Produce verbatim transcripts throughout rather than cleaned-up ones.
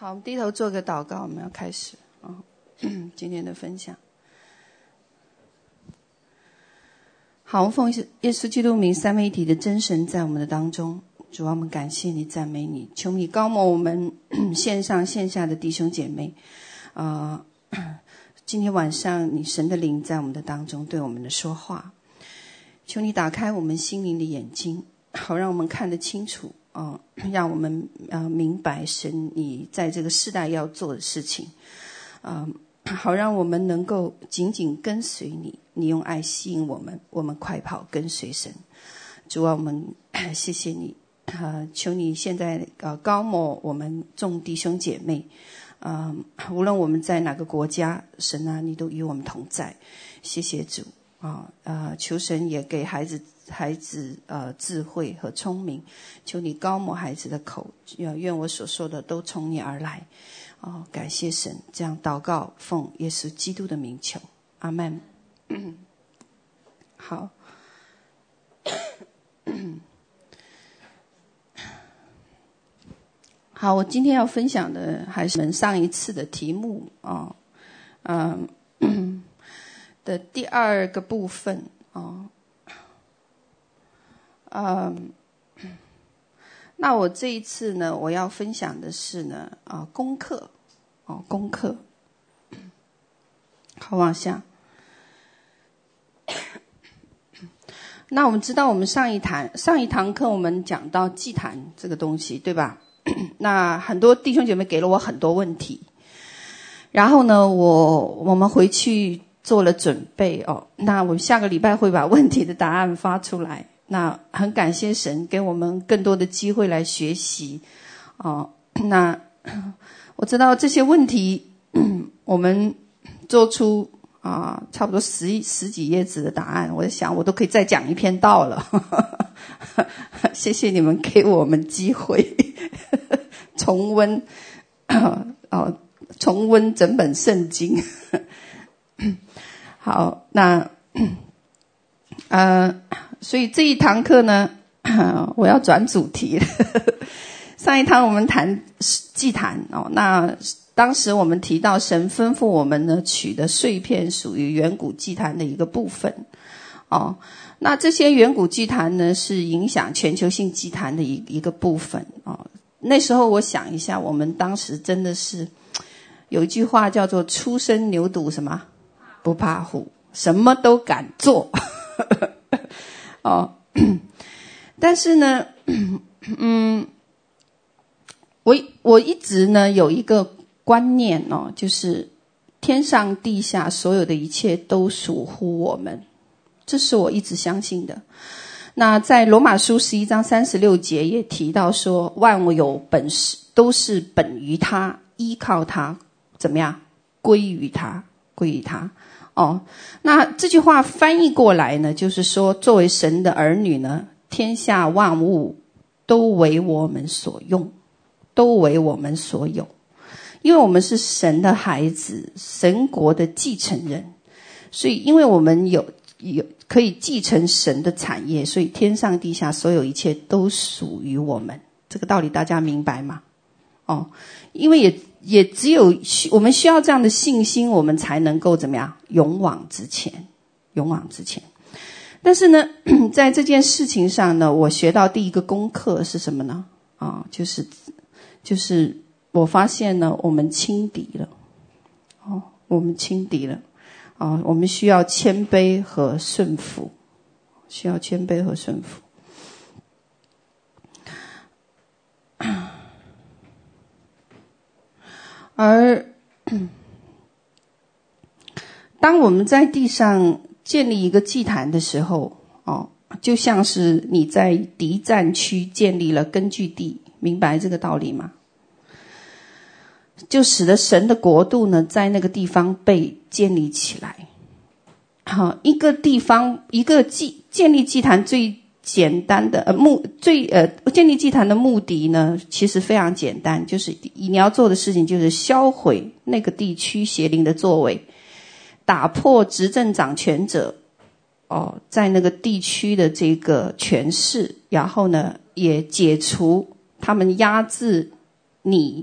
好，我们低头做个祷告，我们要开始啊、嗯，今天的分享。好，我们奉耶稣基督名，三位一体的真神在我们的当中。主啊，我们感谢你，赞美你，求你高摩我们线上线下的弟兄姐妹啊、呃，今天晚上你神的灵在我们的当中对我们的说话，求你打开我们心灵的眼睛，好让我们看得清楚啊、呃，让我们呃明白神你在这个世代要做的事情啊、呃，好让我们能够紧紧跟随你，你用爱吸引我们，我们快跑跟随神。主啊，我们谢谢你。呃，求你现在呃高摩我们众弟兄姐妹，呃，无论我们在哪个国家，神啊，你都与我们同在。谢谢主啊，呃，求神也给孩子孩子呃智慧和聪明，求你高摩孩子的口，愿我所说的都从你而来。哦，感谢神，这样祷告，奉耶稣基督的名求，阿们。嗯，好。好，我今天要分享的还是我们上一次的题目啊，嗯、呃、的第二个部分啊，嗯、呃，那我这一次呢，我要分享的是呢啊功课哦功课，好往下。那我们知道，我们上一堂上一堂课我们讲到祭坛这个东西，对吧？那很多弟兄姐妹给了我很多问题，然后呢，我我们回去做了准备哦。那我们下个礼拜会把问题的答案发出来。那很感谢神给我们更多的机会来学习哦。那我知道这些问题，我们做出啊差不多十十几页纸的答案，我在想我都可以再讲一篇道了。谢谢你们给我们机会。重温哦，重温整本圣经。好，那呃，所以这一堂课呢，我要转主题了。上一堂我们谈祭坛哦，那当时我们提到神吩咐我们呢，取的碎片属于远古祭坛的一个部分哦。那这些远古祭坛呢，是影响全球性祭坛的一一个部分哦。那时候我想一下，我们当时真的是有一句话叫做初生牛犊什么不怕虎，什么都敢做。哦，但是呢，嗯，我我一直呢有一个观念哦，就是天上地下所有的一切都属乎我们，这是我一直相信的。那在罗马书十一章三十六节也提到说，万物有本事都是本于他，依靠他，怎么样？归于他，归于他。哦，那这句话翻译过来呢，就是说作为神的儿女呢，天下万物都为我们所用，都为我们所有。因为我们是神的孩子，神国的继承人，所以因为我们有有可以继承神的产业，所以天上地下所有一切都属于我们。这个道理大家明白吗？哦，因为也也只有我们需要这样的信心，我们才能够怎么样勇往直前，勇往直前。但是呢，在这件事情上呢，我学到第一个功课是什么呢？啊、哦，就是就是我发现呢，我们轻敌了。哦，我们轻敌了。啊，我们需要谦卑和顺服，需要谦卑和顺服。而当我们在地上建立一个祭坛的时候，哦，就像是你在敌占区建立了根据地，明白这个道理吗？就使得神的国度呢，在那个地方被建立起来。好，一个地方，一个祭建立祭坛最简单的呃目最呃建立祭坛的目的呢，其实非常简单，就是你要做的事情就是销毁那个地区邪灵的作为，打破执政掌权者哦在那个地区的这个权势，然后呢也解除他们压制你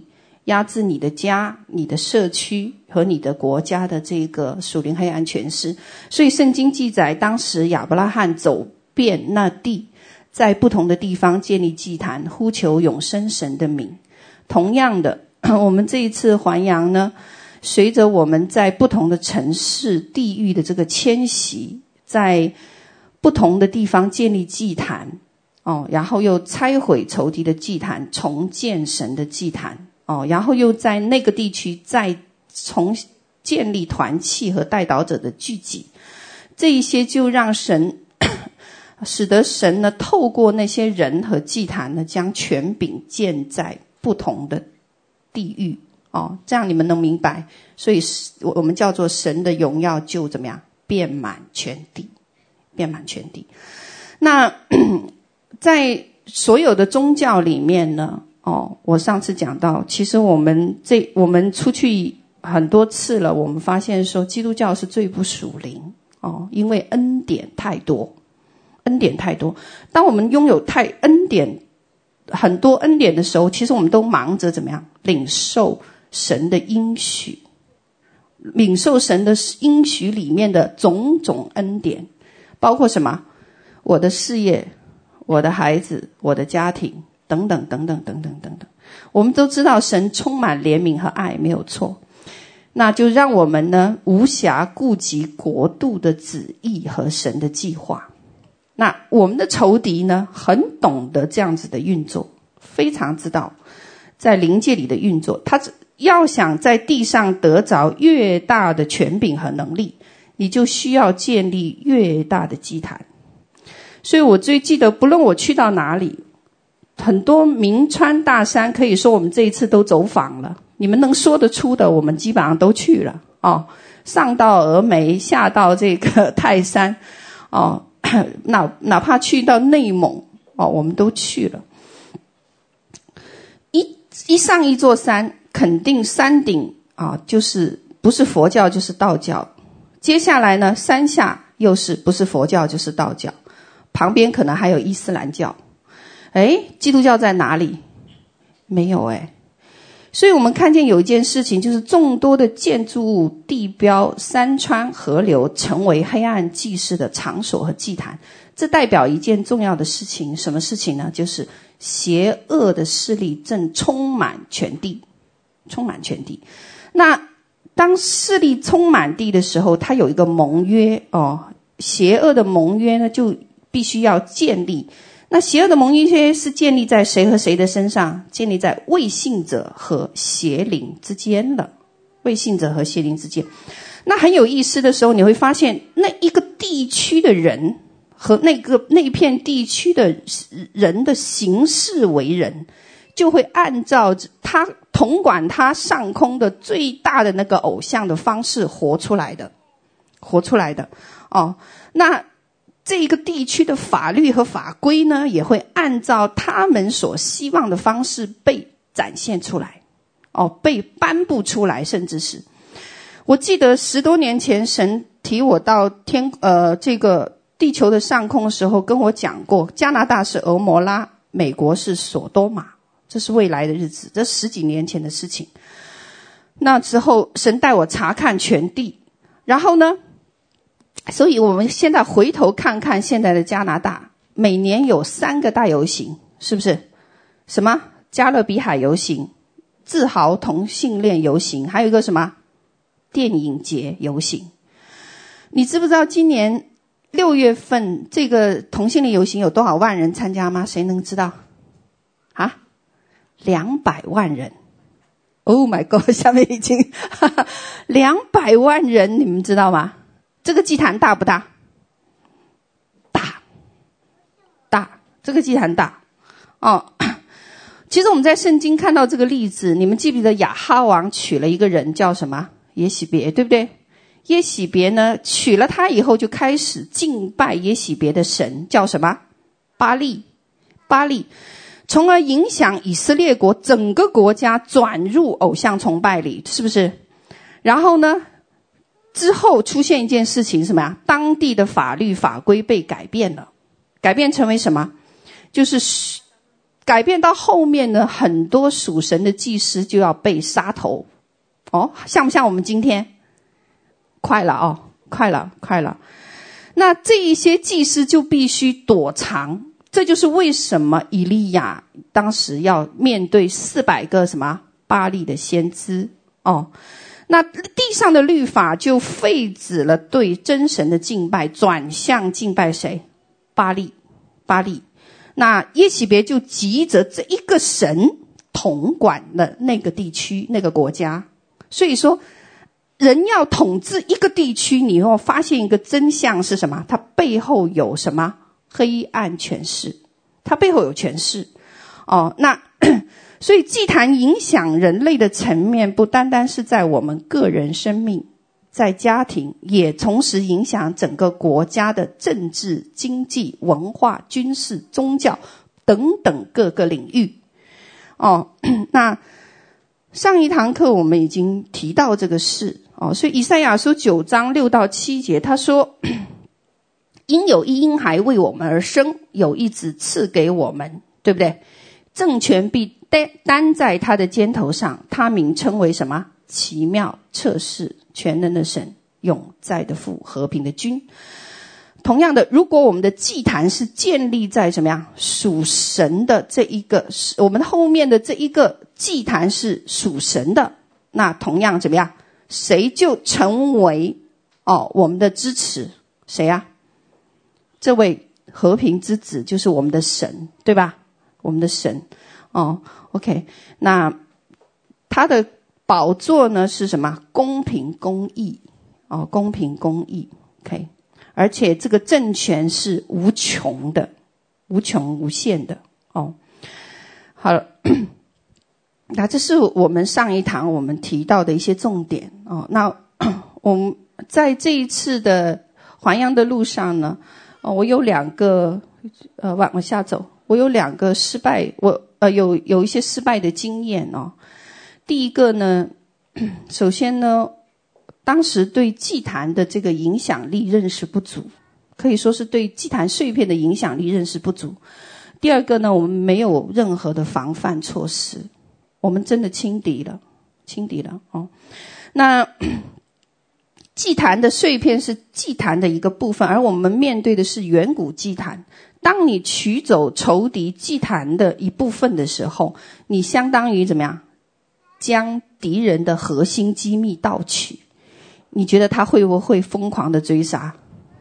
压制你的家、你的社区和你的国家的这个属灵黑暗权势。所以圣经记载，当时亚伯拉罕走遍那地，在不同的地方建立祭坛，呼求永生神的名。同样的，我们这一次还阳呢，随着我们在不同的城市地域的这个迁徙，在不同的地方建立祭坛哦，然后又拆毁仇敌的祭坛，重建神的祭坛哦，然后又在那个地区再重建立团契和代祷者的聚集，这一些就让神使得神呢透过那些人和祭坛呢，将权柄建在不同的地域哦，这样你们能明白。所以我们叫做神的荣耀就怎么样遍满全地，遍满全地。那在所有的宗教里面呢，哦，我上次讲到，其实我们这我们出去很多次了，我们发现说基督教是最不属灵哦，因为恩典太多，恩典太多。当我们拥有太恩典很多恩典的时候，其实我们都忙着怎么样领受神的应许，领受神的应许里面的种种恩典，包括什么？我的事业，我的孩子，我的家庭，等等等等等等等等。我们都知道神充满怜悯和爱，没有错。那就让我们呢无暇顾及国度的旨意和神的计划。那我们的仇敌呢很懂得这样子的运作，非常知道在灵界里的运作。他要想在地上得着越大的权柄和能力，你就需要建立越大的祭坛。所以我最记得，不论我去到哪里，很多名川大山可以说我们这一次都走访了，你们能说得出的我们基本上都去了哦，上到峨眉，下到这个泰山哦，哪哪怕去到内蒙哦，我们都去了。一一上一座山，肯定山顶啊，就是不是佛教就是道教。接下来呢，山下又是不是佛教就是道教，旁边可能还有伊斯兰教。诶，基督教在哪里？没有诶。所以我们看见有一件事情，就是众多的建筑物、地标、山川、河流成为黑暗祭祀的场所和祭坛。这代表一件重要的事情，什么事情呢？就是邪恶的势力正充满全地，充满全地。那当势力充满地的时候，它有一个盟约哦，邪恶的盟约呢就必须要建立。那邪恶的盟约是建立在谁和谁的身上？建立在未信者和邪灵之间的，未信者和邪灵之间。那很有意思的时候，你会发现那一个地区的人和那个那片地区的人的行事为人，就会按照他统管他上空的最大的那个偶像的方式活出来的，活出来的哦。那这个地区的法律和法规呢，也会按照他们所希望的方式被展现出来，哦，被颁布出来，甚至是，我记得十多年前神提我到天呃这个地球的上空的时候，跟我讲过，加拿大是俄摩拉，美国是索多玛，这是未来的日子，这十几年前的事情。那之后神带我查看全地，然后呢，所以我们现在回头看看现在的加拿大，每年有三个大游行，是不是？什么加勒比海游行、自豪同性恋游行，还有一个什么电影节游行。你知不知道今年六月份这个同性恋游行有多少万人参加吗？谁能知道？啊，两百万人。Oh my God， 下面已经两百万人，你们知道吗？这个祭坛大不大？大，大，这个祭坛大。哦，其实我们在圣经看到这个例子，你们记不记得亚哈王娶了一个人叫什么？耶洗别，对不对？耶洗别呢，娶了他以后就开始敬拜耶洗别的神，叫什么？巴力，巴力，从而影响以色列国整个国家转入偶像崇拜里，是不是？然后呢？之后出现一件事情，什么呀？当地的法律法规被改变了，改变成为什么？就是改变到后面呢，很多属神的祭司就要被杀头。哦，像不像我们今天？快了哦，快了，快了。那这一些祭司就必须躲藏，这就是为什么以利亚当时要面对四百个什么巴力的先知哦。那地上的律法就废止了对真神的敬拜，转向敬拜谁？巴力，巴力。那耶洗别就急着这一个神统管了那个地区那个国家。所以说人要统治一个地区，你会发现一个真相是什么？它背后有什么黑暗权势，它背后有权势哦。那所以祭坛影响人类的层面，不单单是在我们个人生命，在家庭，也同时影响整个国家的政治、经济、文化、军事、宗教等等各个领域哦。那上一堂课我们已经提到这个事哦，所以以赛亚书九章六到七节他说，因有一婴孩为我们而生，有一子赐给我们，对不对？政权必担在他的肩头上，他名称为什么？奇妙、测试、全能的神，永在的父，和平的君。同样的，如果我们的祭坛是建立在什么样？属神的这一个，我们后面的这一个祭坛是属神的，那同样怎么样？谁就成为哦我们的支持？谁呀、啊？这位和平之子就是我们的神，对吧？我们的神哦 ，OK， 那他的宝座呢是什么？公平公义哦，公平公义 ，OK。而且这个政权是无穷的，无穷无限的哦。好了，那这是我们上一堂我们提到的一些重点哦。那我们在这一次的还阳的路上呢，哦、我有两个呃往往下走，我有两个失败，我呃有有一些失败的经验哦。第一个呢，首先呢。当时对祭坛的这个影响力认识不足，可以说是对祭坛碎片的影响力认识不足。第二个呢，我们没有任何的防范措施，我们真的轻敌了，轻敌了哦。那祭坛的碎片是祭坛的一个部分，而我们面对的是远古祭坛。当你取走仇敌祭坛的一部分的时候，你相当于怎么样？将敌人的核心机密盗取。你觉得他会不会疯狂的追杀？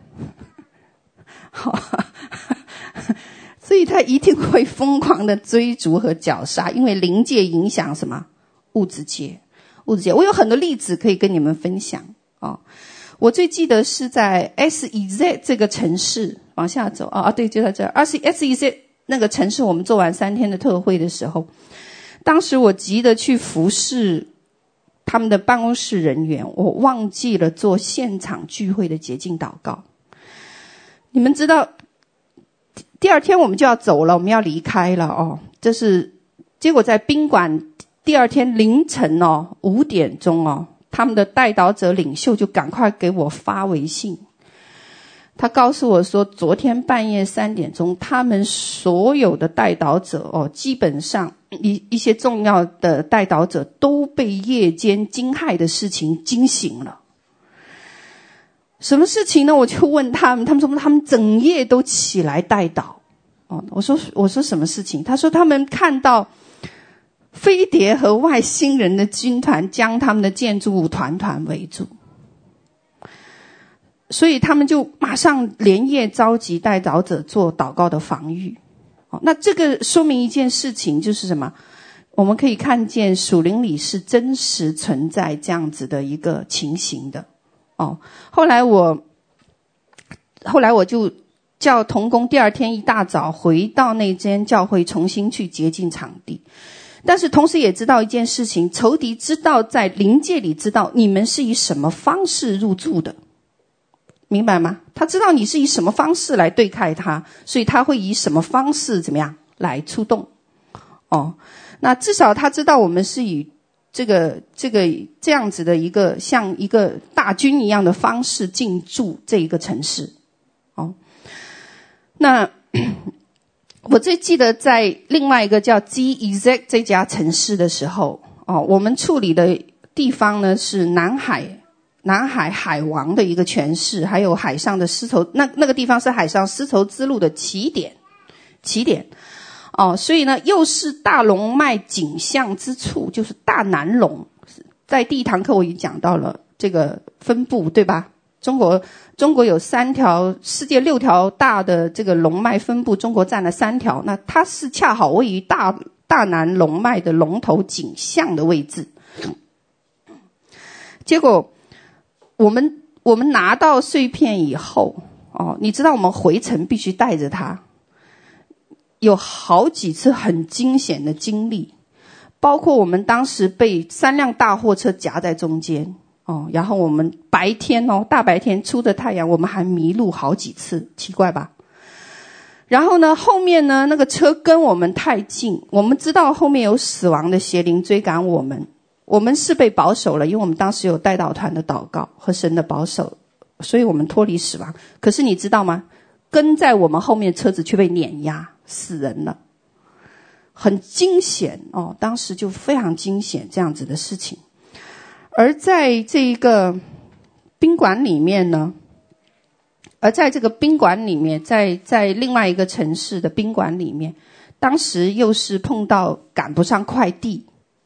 所以他一定会疯狂的追逐和绞杀，因为灵界影响什么？物质界，物质界。我有很多例子可以跟你们分享哦。我最记得是在 S E Z 这个城市，往下走啊、哦，对，就在这儿。S E Z 那个城市，我们做完三天的特会的时候，当时我急着去服侍他们的办公室人员，我忘记了做现场聚会的洁净祷告。你们知道，第二天我们就要走了，我们要离开了哦。这是结果在宾馆，第二天凌晨哦五点钟哦，他们的代祷者领袖就赶快给我发微信，他告诉我说，昨天半夜三点钟，他们所有的代祷者哦，基本上一一些重要的代祷者都被夜间惊骇的事情惊醒了。什么事情呢？我就问他们，他们说他们整夜都起来代祷。哦，我说我说什么事情？他说他们看到飞碟和外星人的军团将他们的建筑物团团围住。所以他们就马上连夜召集代祷者做祷告的防御。哦，那这个说明一件事情，就是什么？我们可以看见属灵里是真实存在这样子的一个情形的。哦，后来我后来我就叫同工第二天一大早回到那间教会重新去洁净场地。但是同时也知道一件事情，仇敌知道在灵界里知道你们是以什么方式入住的。明白吗？他知道你是以什么方式来对抗他，所以他会以什么方式怎么样来出动。哦，那至少他知道我们是以这个这个这样子的一个像一个大军一样的方式进驻这一个城市。哦，那我最记得在另外一个叫 G Exact 这家城市的时候，哦，我们处理的地方呢是南海，南海海王的一个诠释，还有海上的丝绸，那那个地方是海上丝绸之路的起点，起点。哦，所以呢，又是大龙脉景象之处，就是大南龙。在第一堂课我已经讲到了这个分布，对吧？中国中国有三条，世界六条大的这个龙脉分布，中国占了三条，那它是恰好位于大大南龙脉的龙头景象的位置。结果我们我们拿到碎片以后，哦，你知道我们回程必须带着它，有好几次很惊险的经历，包括我们当时被三辆大货车夹在中间，哦，然后我们白天哦，大白天出着太阳，我们还迷路好几次，奇怪吧？然后呢，后面呢，那个车跟我们太近，我们知道后面有死亡的邪灵追赶我们，我们是被保守了，因为我们当时有代祷团的祷告和神的保守，所以我们脱离死亡。可是你知道吗？跟在我们后面的车子却被碾压，死人了，很惊险哦，当时就非常惊险这样子的事情。而在这个宾馆里面呢，而在这个宾馆里面，在在另外一个城市的宾馆里面，当时又是碰到赶不上快递，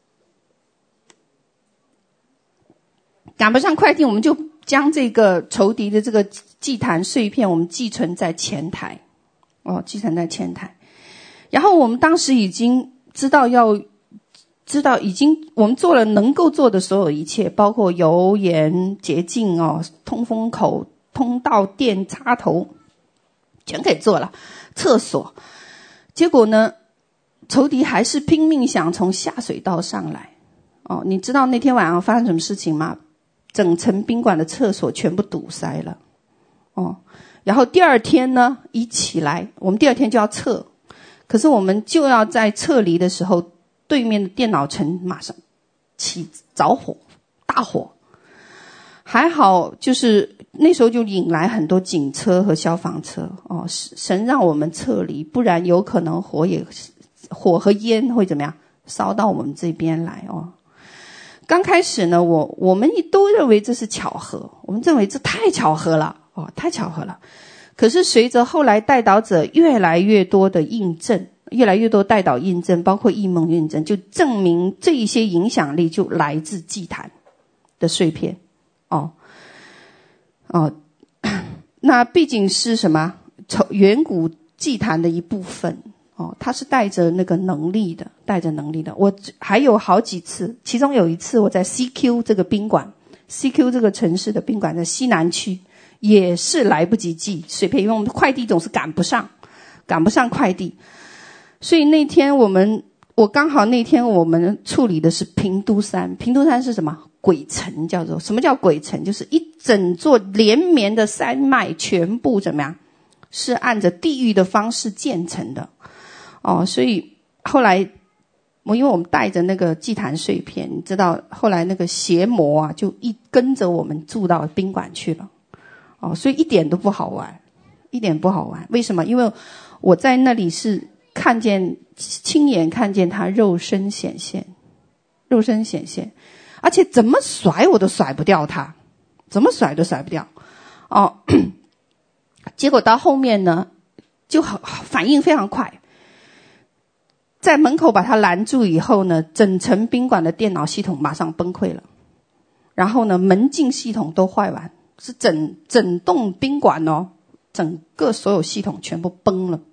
赶不上快递，我们就将这个仇敌的这个祭坛碎片，我们寄存在前台，哦，寄存在前台。然后我们当时已经知道要，知道已经我们做了能够做的所有一切，包括油盐洁净哦，通风口、通道、电插头，全给做了。厕所，结果呢，仇敌还是拼命想从下水道上来。哦，你知道那天晚上发生什么事情吗？整层宾馆的厕所全部堵塞了。哦，然后第二天呢，一起来，我们第二天就要撤，可是我们就要在撤离的时候，对面的电脑城马上起着火，大火。还好就是那时候就引来很多警车和消防车，哦，神让我们撤离，不然有可能火也火和烟会怎么样烧到我们这边来哦。刚开始呢，我我们都认为这是巧合，我们认为这太巧合了哦，太巧合了。可是随着后来代祷者越来越多的印证，越来越多代祷印证，包括异梦印证，就证明这一些影响力就来自祭坛的碎片。哦哦，那毕竟是什么远古祭坛的一部分哦，它是带着那个能力的，带着能力的。我还有好几次，其中有一次我在 C Q 这个宾馆 ，C Q 这个城市的宾馆在西南区，也是来不及寄碎片，因为我们的快递总是赶不上，赶不上快递。所以那天我们，我刚好那天我们处理的是平都山，平都山是什么？鬼城叫做，什么叫鬼城？就是一整座连绵的山脉全部怎么样？是按着地狱的方式建成的。哦，所以后来我因为我们带着那个祭坛碎片，你知道后来那个邪魔啊就一跟着我们住到宾馆去了。哦，所以一点都不好玩，一点不好玩。为什么？因为我在那里是看见亲眼看见他肉身显现，肉身显现，而且怎么甩我都甩不掉他，怎么甩都甩不掉。哦，结果到后面呢，就反应非常快，在门口把他拦住以后呢，整层宾馆的电脑系统马上崩溃了，然后呢，门禁系统都坏完，是整整栋宾馆哦，整个所有系统全部崩了。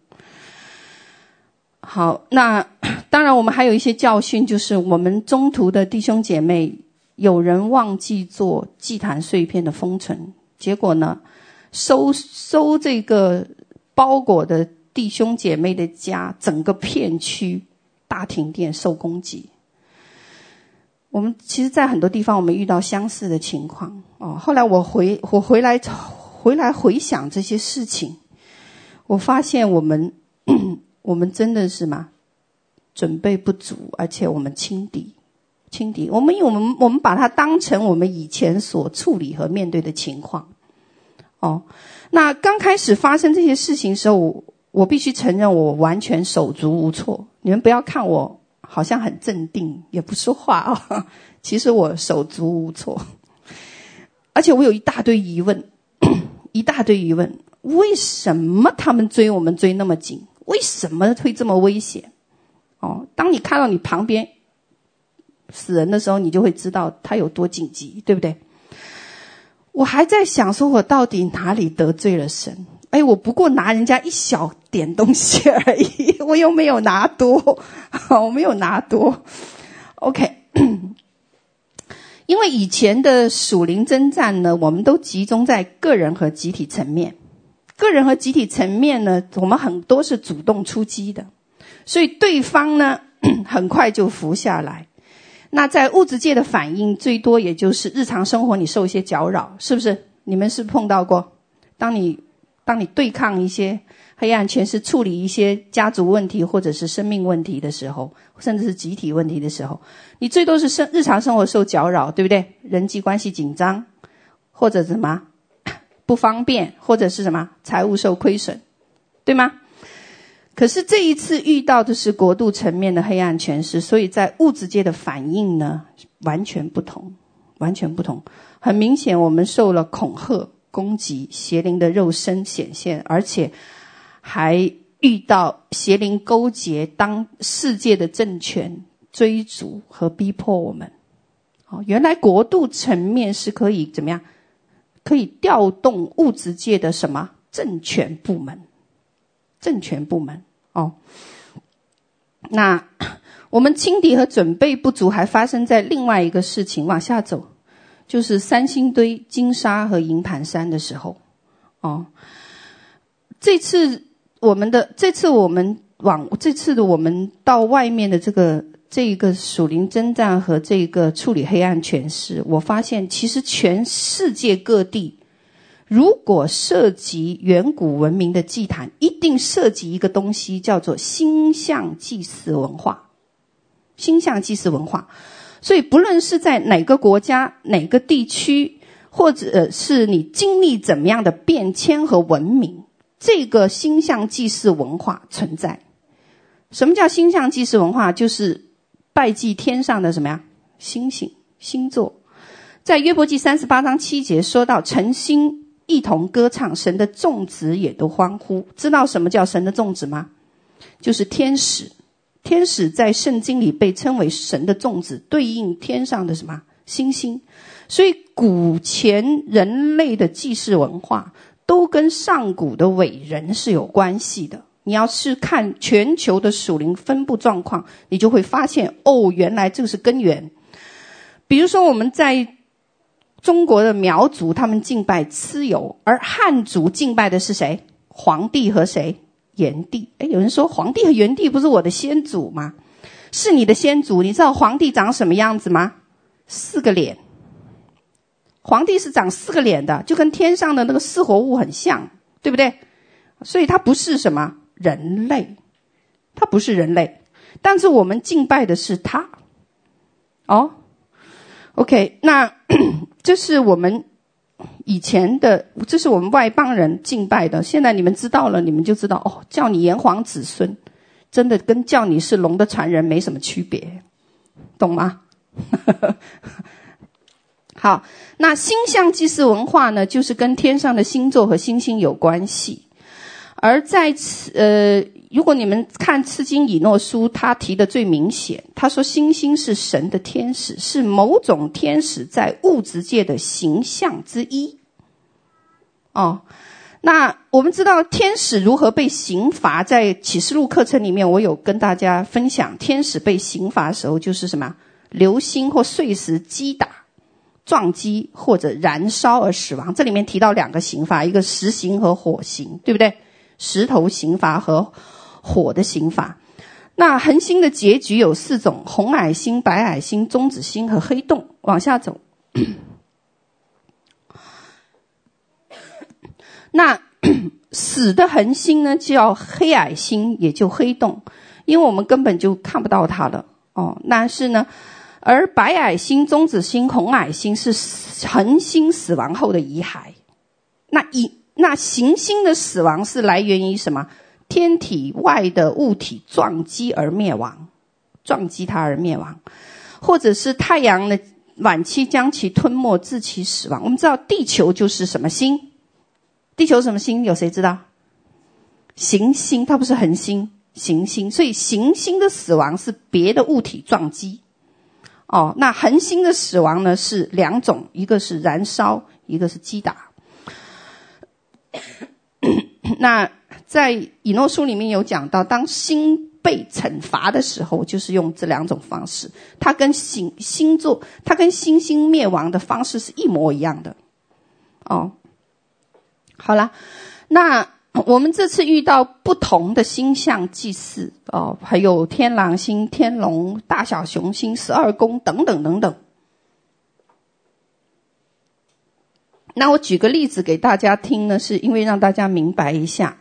好，那当然我们还有一些教训，就是我们中途的弟兄姐妹有人忘记做祭坛碎片的封存，结果呢收收这个包裹的弟兄姐妹的家整个片区大停电受攻击。我们其实在很多地方我们遇到相似的情况哦。后来我回我回来回来回想这些事情，我发现我们我们真的是嘛准备不足，而且我们轻敌轻敌，我们我们我们把它当成我们以前所处理和面对的情况。哦，那刚开始发生这些事情的时候， 我必须承认我完全手足无措。你们不要看我好像很镇定也不说话啊，其实我手足无措，而且我有一大堆疑问一大堆疑问，为什么他们追我们追那么紧？为什么会这么危险？哦，当你看到你旁边死人的时候，你就会知道他有多紧急，对不对？我还在想说我到底哪里得罪了神？哎，我不过拿人家一小点东西而已，我又没有拿多，我没有拿多。OK， 因为以前的属灵征战呢，我们都集中在个人和集体层面。个人和集体层面呢，我们很多是主动出击的，所以对方呢很快就服下来。那在物质界的反应，最多也就是日常生活你受一些搅扰，是不是？你们是碰到过？当你当你对抗一些黑暗权势，处理一些家族问题或者是生命问题的时候，甚至是集体问题的时候，你最多是生日常生活受搅扰，对不对？人际关系紧张，或者什么不方便，或者是什么财务受亏损，对吗？可是这一次遇到的是国度层面的黑暗权势，所以在物质界的反应呢完全不同，完全不同。很明显我们受了恐吓、攻击，邪灵的肉身显现，而且还遇到邪灵勾结当世界的政权追逐和逼迫我们。哦，原来国度层面是可以怎么样？可以调动物质界的什么政权部门？政权部门哦。那我们轻敌和准备不足，还发生在另外一个事情，往下走，就是三星堆、金沙和营盘山的时候哦。这次我们的这次我们往这次的我们到外面的这个这个属灵征战和这个处理黑暗权势，我发现其实全世界各地如果涉及远古文明的祭坛，一定涉及一个东西叫做星象祭祀文化。星象祭祀文化，所以不论是在哪个国家、哪个地区，或者是你经历怎么样的变迁和文明，这个星象祭祀文化存在。什么叫星象祭祀文化？就是拜祭天上的什么呀？星星、星座。在约伯记三十八章七节说到，晨星一同歌唱，神的众子也都欢呼。知道什么叫神的众子吗？就是天使。天使在圣经里被称为神的众子，对应天上的什么星星。所以古前人类的祭祀文化都跟上古的伟人是有关系的。你要是看全球的属灵分布状况，你就会发现，哦，原来这个是根源。比如说我们在中国的苗族，他们敬拜蚩尤，而汉族敬拜的是谁？黄帝和谁？炎帝。诶，有人说黄帝和炎帝不是我的先祖吗？是你的先祖。你知道黄帝长什么样子吗？四个脸。黄帝是长四个脸的，就跟天上的那个四活物很像，对不对？所以他不是什么人类，他不是人类，但是我们敬拜的是他。哦 OK， 那这是我们以前的，这是我们外邦人敬拜的。现在你们知道了，你们就知道，哦，叫你炎黄子孙，真的跟叫你是龙的传人没什么区别，懂吗？好，那星象祭祀文化呢，就是跟天上的星座和星星有关系。而在此呃，如果你们看次经以诺书，他提的最明显，他说星星是神的天使，是某种天使在物质界的形象之一。哦，那我们知道天使如何被刑罚，在启示录课程里面我有跟大家分享，天使被刑罚的时候就是什么？流星或碎石击打、撞击或者燃烧而死亡。这里面提到两个刑罚，一个石刑和火刑，对不对？石头刑罚和火的刑罚。那恒星的结局有四种：红矮星、白矮星、中子星和黑洞。往下走。那死的恒星呢，叫黑矮星，也就黑洞，因为我们根本就看不到它了。哦，但是呢，而白矮星、中子星、红矮星是恒星死亡后的遗骸。那以那行星的死亡是来源于什么？ 天体外的物体撞击而灭亡，撞击它而灭亡，或者是太阳的晚期将其吞没致其死亡。我们知道地球就是什么星？地球什么星？有谁知道？行星，它不是恒星，行星。所以行星的死亡是别的物体撞击。哦，那恒星的死亡呢是两种，一个是燃烧，一个是击打。那在以诺书里面有讲到，当星被惩罚的时候，就是用这两种方式。它跟星星座，它跟星星灭亡的方式是一模一样的。哦，好了，那我们这次遇到不同的星象祭祀哦，还有天狼星、天龙、大小熊星、十二宫等等等等。那我举个例子给大家听呢，是因为让大家明白一下。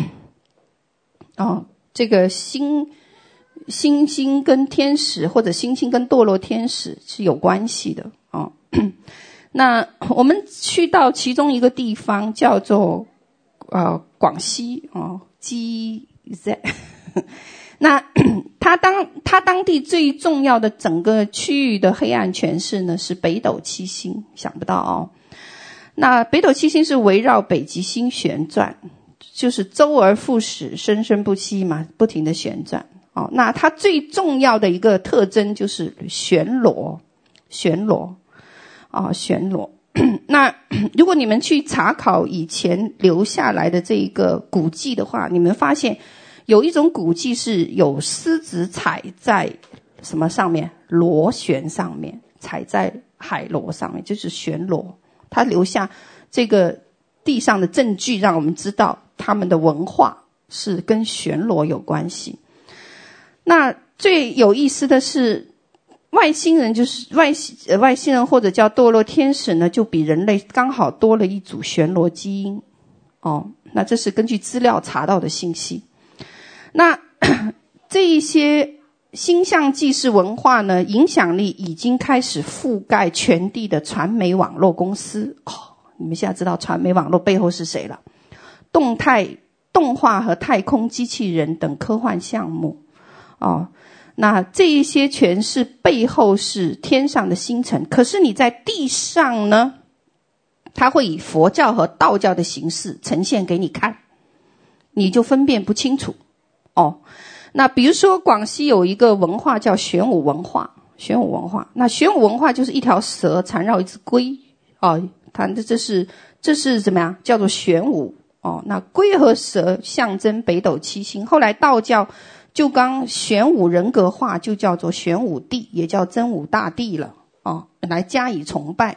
哦，这个星星星跟天使，或者星星跟堕落天使是有关系的哦。那我们去到其中一个地方叫做呃广西哦 G Z 那它当它当地最重要的整个区域的黑暗权势呢是北斗七星，想不到哦。那北斗七星是围绕北极星旋转，就是周而复始，生生不息嘛，不停的旋转。哦，那它最重要的一个特征就是旋螺，旋螺，哦，旋螺。那如果你们去查考以前留下来的这一个古迹的话，你们发现有一种古迹是有狮子踩在什么上面？螺旋上面，踩在海螺上面，就是旋螺。它留下这个地上的证据，让我们知道他们的文化是跟旋螺有关系。那最有意思的是，外星人就是外呃外星人或者叫堕落天使呢，就比人类刚好多了一组旋螺基因。哦，那这是根据资料查到的信息。那这一些星象纪事文化呢，影响力已经开始覆盖全地的传媒网络公司。哦，你们现在知道传媒网络背后是谁了？动态动画和太空机器人等科幻项目。哦，那这一些全是背后是天上的星辰，可是你在地上呢，它会以佛教和道教的形式呈现给你看，你就分辨不清楚。哦，那比如说广西有一个文化叫玄武文化，玄武文化，那玄武文化就是一条蛇缠绕一只龟。哦，它这是这是怎么样？叫做玄武。哦，那龟和蛇象征北斗七星，后来道教就刚玄武人格化，就叫做玄武帝，也叫真武大帝了。哦，来加以崇拜。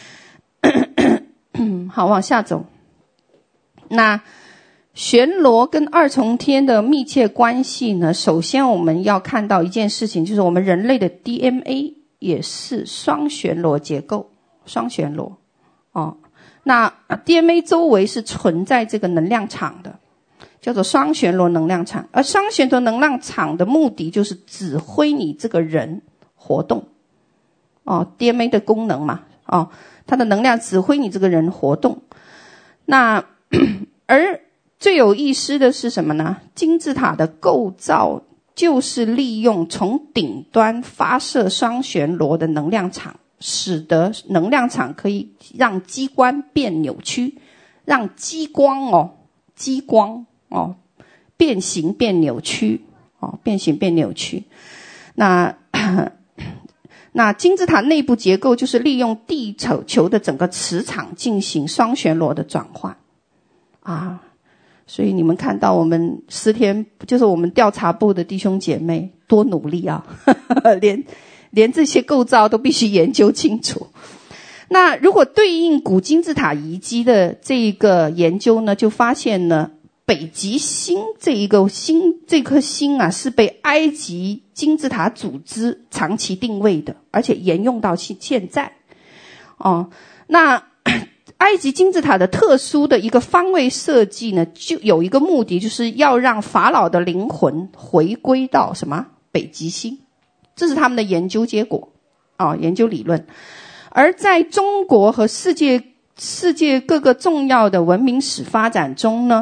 好，往下走。那旋螺跟二重天的密切关系呢，首先我们要看到一件事情，就是我们人类的 D N A 也是双旋螺结构，双旋螺。哦，那 D N A 周围是存在这个能量场的，叫做双旋螺能量场。而双旋螺能量场的目的就是指挥你这个人活动。哦 ，D N A 的功能嘛，哦，它的能量指挥你这个人活动。那而最有意思的是什么呢？金字塔的构造就是利用从顶端发射双旋螺的能量场，使得能量场可以让机关变扭曲，让激光哦，激光哦变形变扭曲哦，变形变扭曲。那那金字塔内部结构就是利用地球的整个磁场进行双旋螺的转换啊。所以你们看到我们十天，就是我们调查部的弟兄姐妹多努力啊，连连这些构造都必须研究清楚。那如果对应古金字塔遗迹的这一个研究呢，就发现呢，北极星这一个星这颗星啊，是被埃及金字塔组织长期定位的，而且沿用到现在。哦，那埃及金字塔的特殊的一个方位设计呢，就有一个目的，就是要让法老的灵魂回归到什么？北极星。这是他们的研究结果，哦，研究理论。而在中国和世界世界各个重要的文明史发展中呢，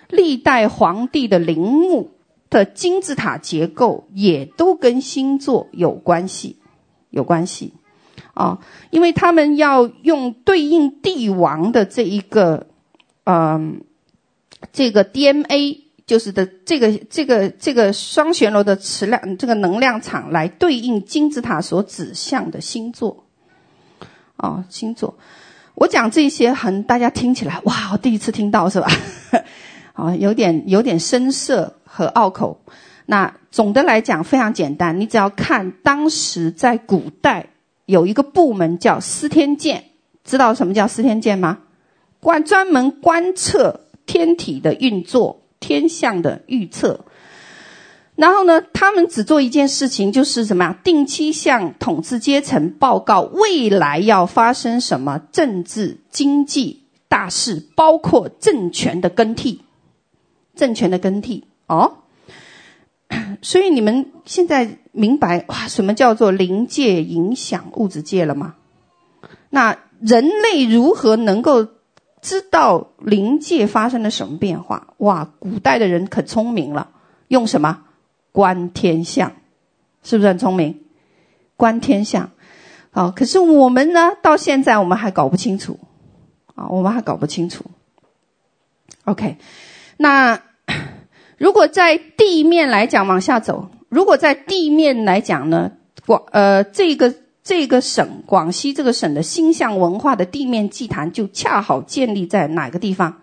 历代皇帝的陵墓的金字塔结构也都跟星座有关系，有关系啊，因为他们要用对应帝王的这一个，嗯，这个 D N A， 就是的这个这个这个双旋螺的磁量，这个能量场来对应金字塔所指向的星座，啊，星座。我讲这些很大家听起来哇，我第一次听到是吧？啊，有点有点生涩和拗口。那总的来讲非常简单，你只要看当时在古代有一个部门叫司天监，知道什么叫司天监吗？观专门观测天体的运作，天象的预测。然后呢，他们只做一件事情，就是什么呀？定期向统治阶层报告未来要发生什么政治经济大事，包括政权的更替，政权的更替哦。所以你们现在明白哇，什么叫做灵界影响物质界了吗？那人类如何能够知道灵界发生了什么变化？哇，古代的人可聪明了，用什么？观天象，是不是很聪明？观天象，好，可是我们呢，到现在我们还搞不清楚，啊，我们还搞不清楚。OK， 那如果在地面来讲，往下走，如果在地面来讲呢，广呃这个这个省广西这个省的星象文化的地面祭坛就恰好建立在哪个地方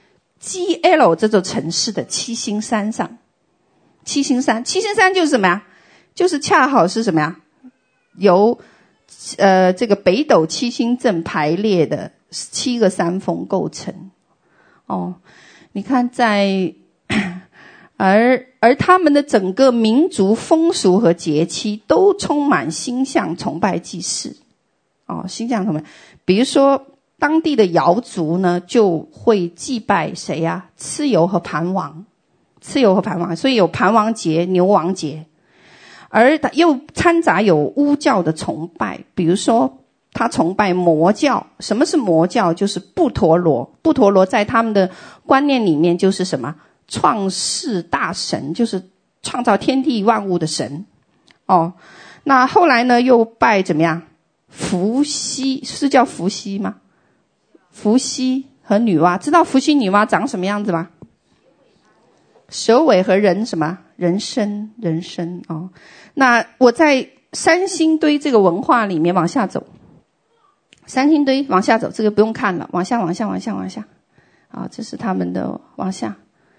？G L 这座城市的七星山上。七星山，七星山就是什么呀？就是恰好是什么呀？由呃这个北斗七星阵排列的七个山峰构成。哦，你看在而而他们的整个民族风俗和节期都充满星象崇拜祭祀。哦，星象崇拜，比如说当地的瑶族呢，就会祭拜谁呀？蚩尤和盘王。蚩尤和盘王，所以有盘王节、牛王节，而又掺杂有巫教的崇拜，比如说他崇拜魔教。什么是魔教？就是布陀罗。布陀罗在他们的观念里面就是什么？创世大神，就是创造天地万物的神。哦，那后来呢，又拜怎么样？伏羲，是叫伏羲吗？伏羲和女娲，知道伏羲女娲长什么样子吗？蛇尾和人什么？人身，人身哦。那我在三星堆这个文化里面往下走，三星堆往下走，这个不用看了，往下，往下，往下，往下。啊，这是他们的往下。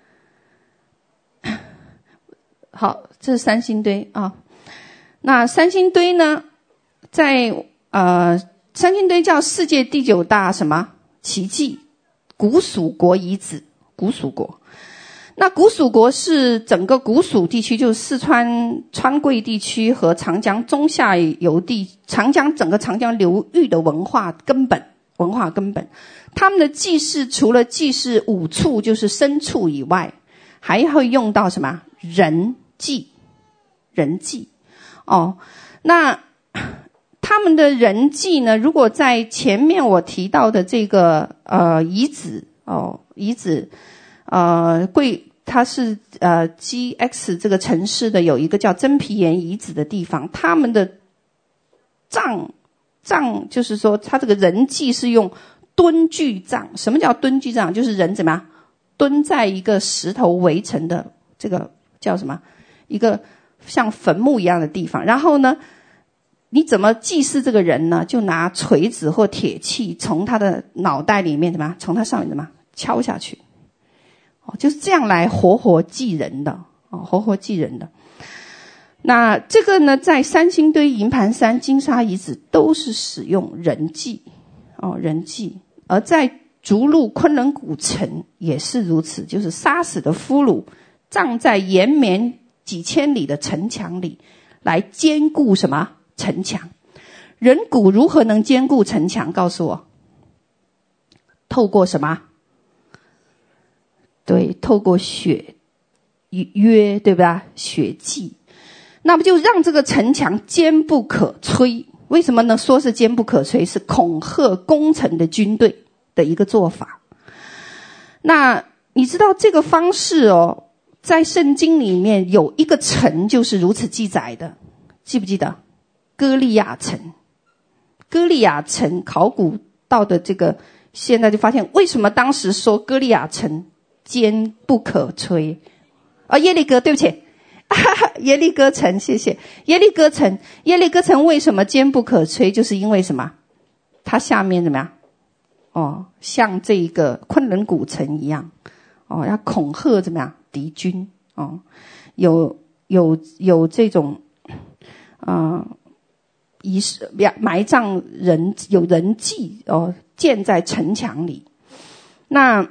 好，这是三星堆啊。那三星堆呢，在呃，三星堆叫世界第九大什么奇迹？古蜀国遗址，古蜀国。那古蜀国是整个古蜀地区，就是四川川贵地区和长江中下游地，长江整个长江流域的文化根本，文化根本。他们的祭祀除了祭祀五畜，就是牲畜以外，还会用到什么？人祭，人祭。哦，那他们的人祭呢？如果在前面我提到的这个呃遗址哦，遗址呃贵。它是呃 G X 这个城市的有一个叫真皮岩遗址的地方，他们的葬葬就是说他这个人祭是用蹲踞葬。什么叫蹲踞葬？就是人怎么样蹲在一个石头围成的这个叫什么一个像坟墓一样的地方，然后呢你怎么祭祀这个人呢？就拿锤子或铁器从他的脑袋里面怎么样从他上面怎么敲下去，哦，就是这样来活活祭人的，哦，活活祭人的。那这个呢，在三星堆、营盘山、金沙遗址都是使用人祭，哦，人祭。而在逐鹿昆仑古城也是如此，就是杀死的俘虏葬在延绵几千里的城墙里，来坚固什么城墙？人骨如何能坚固城墙？告诉我，透过什么？对，透过血约，对吧？血祭，那不就让这个城墙坚不可摧？为什么呢？说是坚不可摧，是恐吓攻城的军队的一个做法。那你知道这个方式哦，在圣经里面有一个城就是如此记载的，记不记得？歌利亚城。歌利亚城考古到的这个，现在就发现为什么当时说歌利亚城坚不可摧？哦，耶利哥，对不起，耶利哥城，谢谢。耶利哥城，耶利哥城为什么坚不可摧？就是因为什么？它下面怎么样？哦，像这个昆仑古城一样，哦，要恐吓怎么样敌军？哦，有有有这种，啊、呃。仪式埋葬人有人祭哦，建在城墙里。那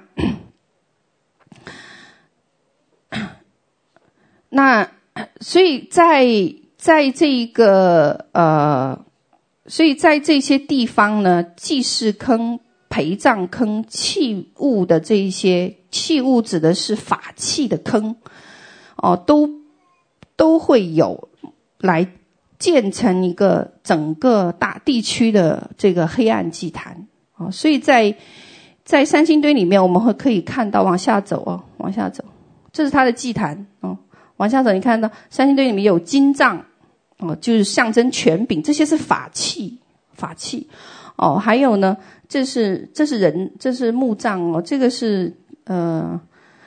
那所以在在这个呃，所以在这些地方呢，祭祀坑、陪葬坑、器物的这一些器物指的是法器的坑哦，都都会有来建成一个整个大地区的这个黑暗祭坛哦，所以在在三星堆里面，我们会可以看到往下走哦，往下走，这是它的祭坛哦。往下走，你看到三星堆里面有金杖哦，就是象征权柄，这些是法器，法器哦。还有呢，这是这是人，这是木杖哦，这个是呃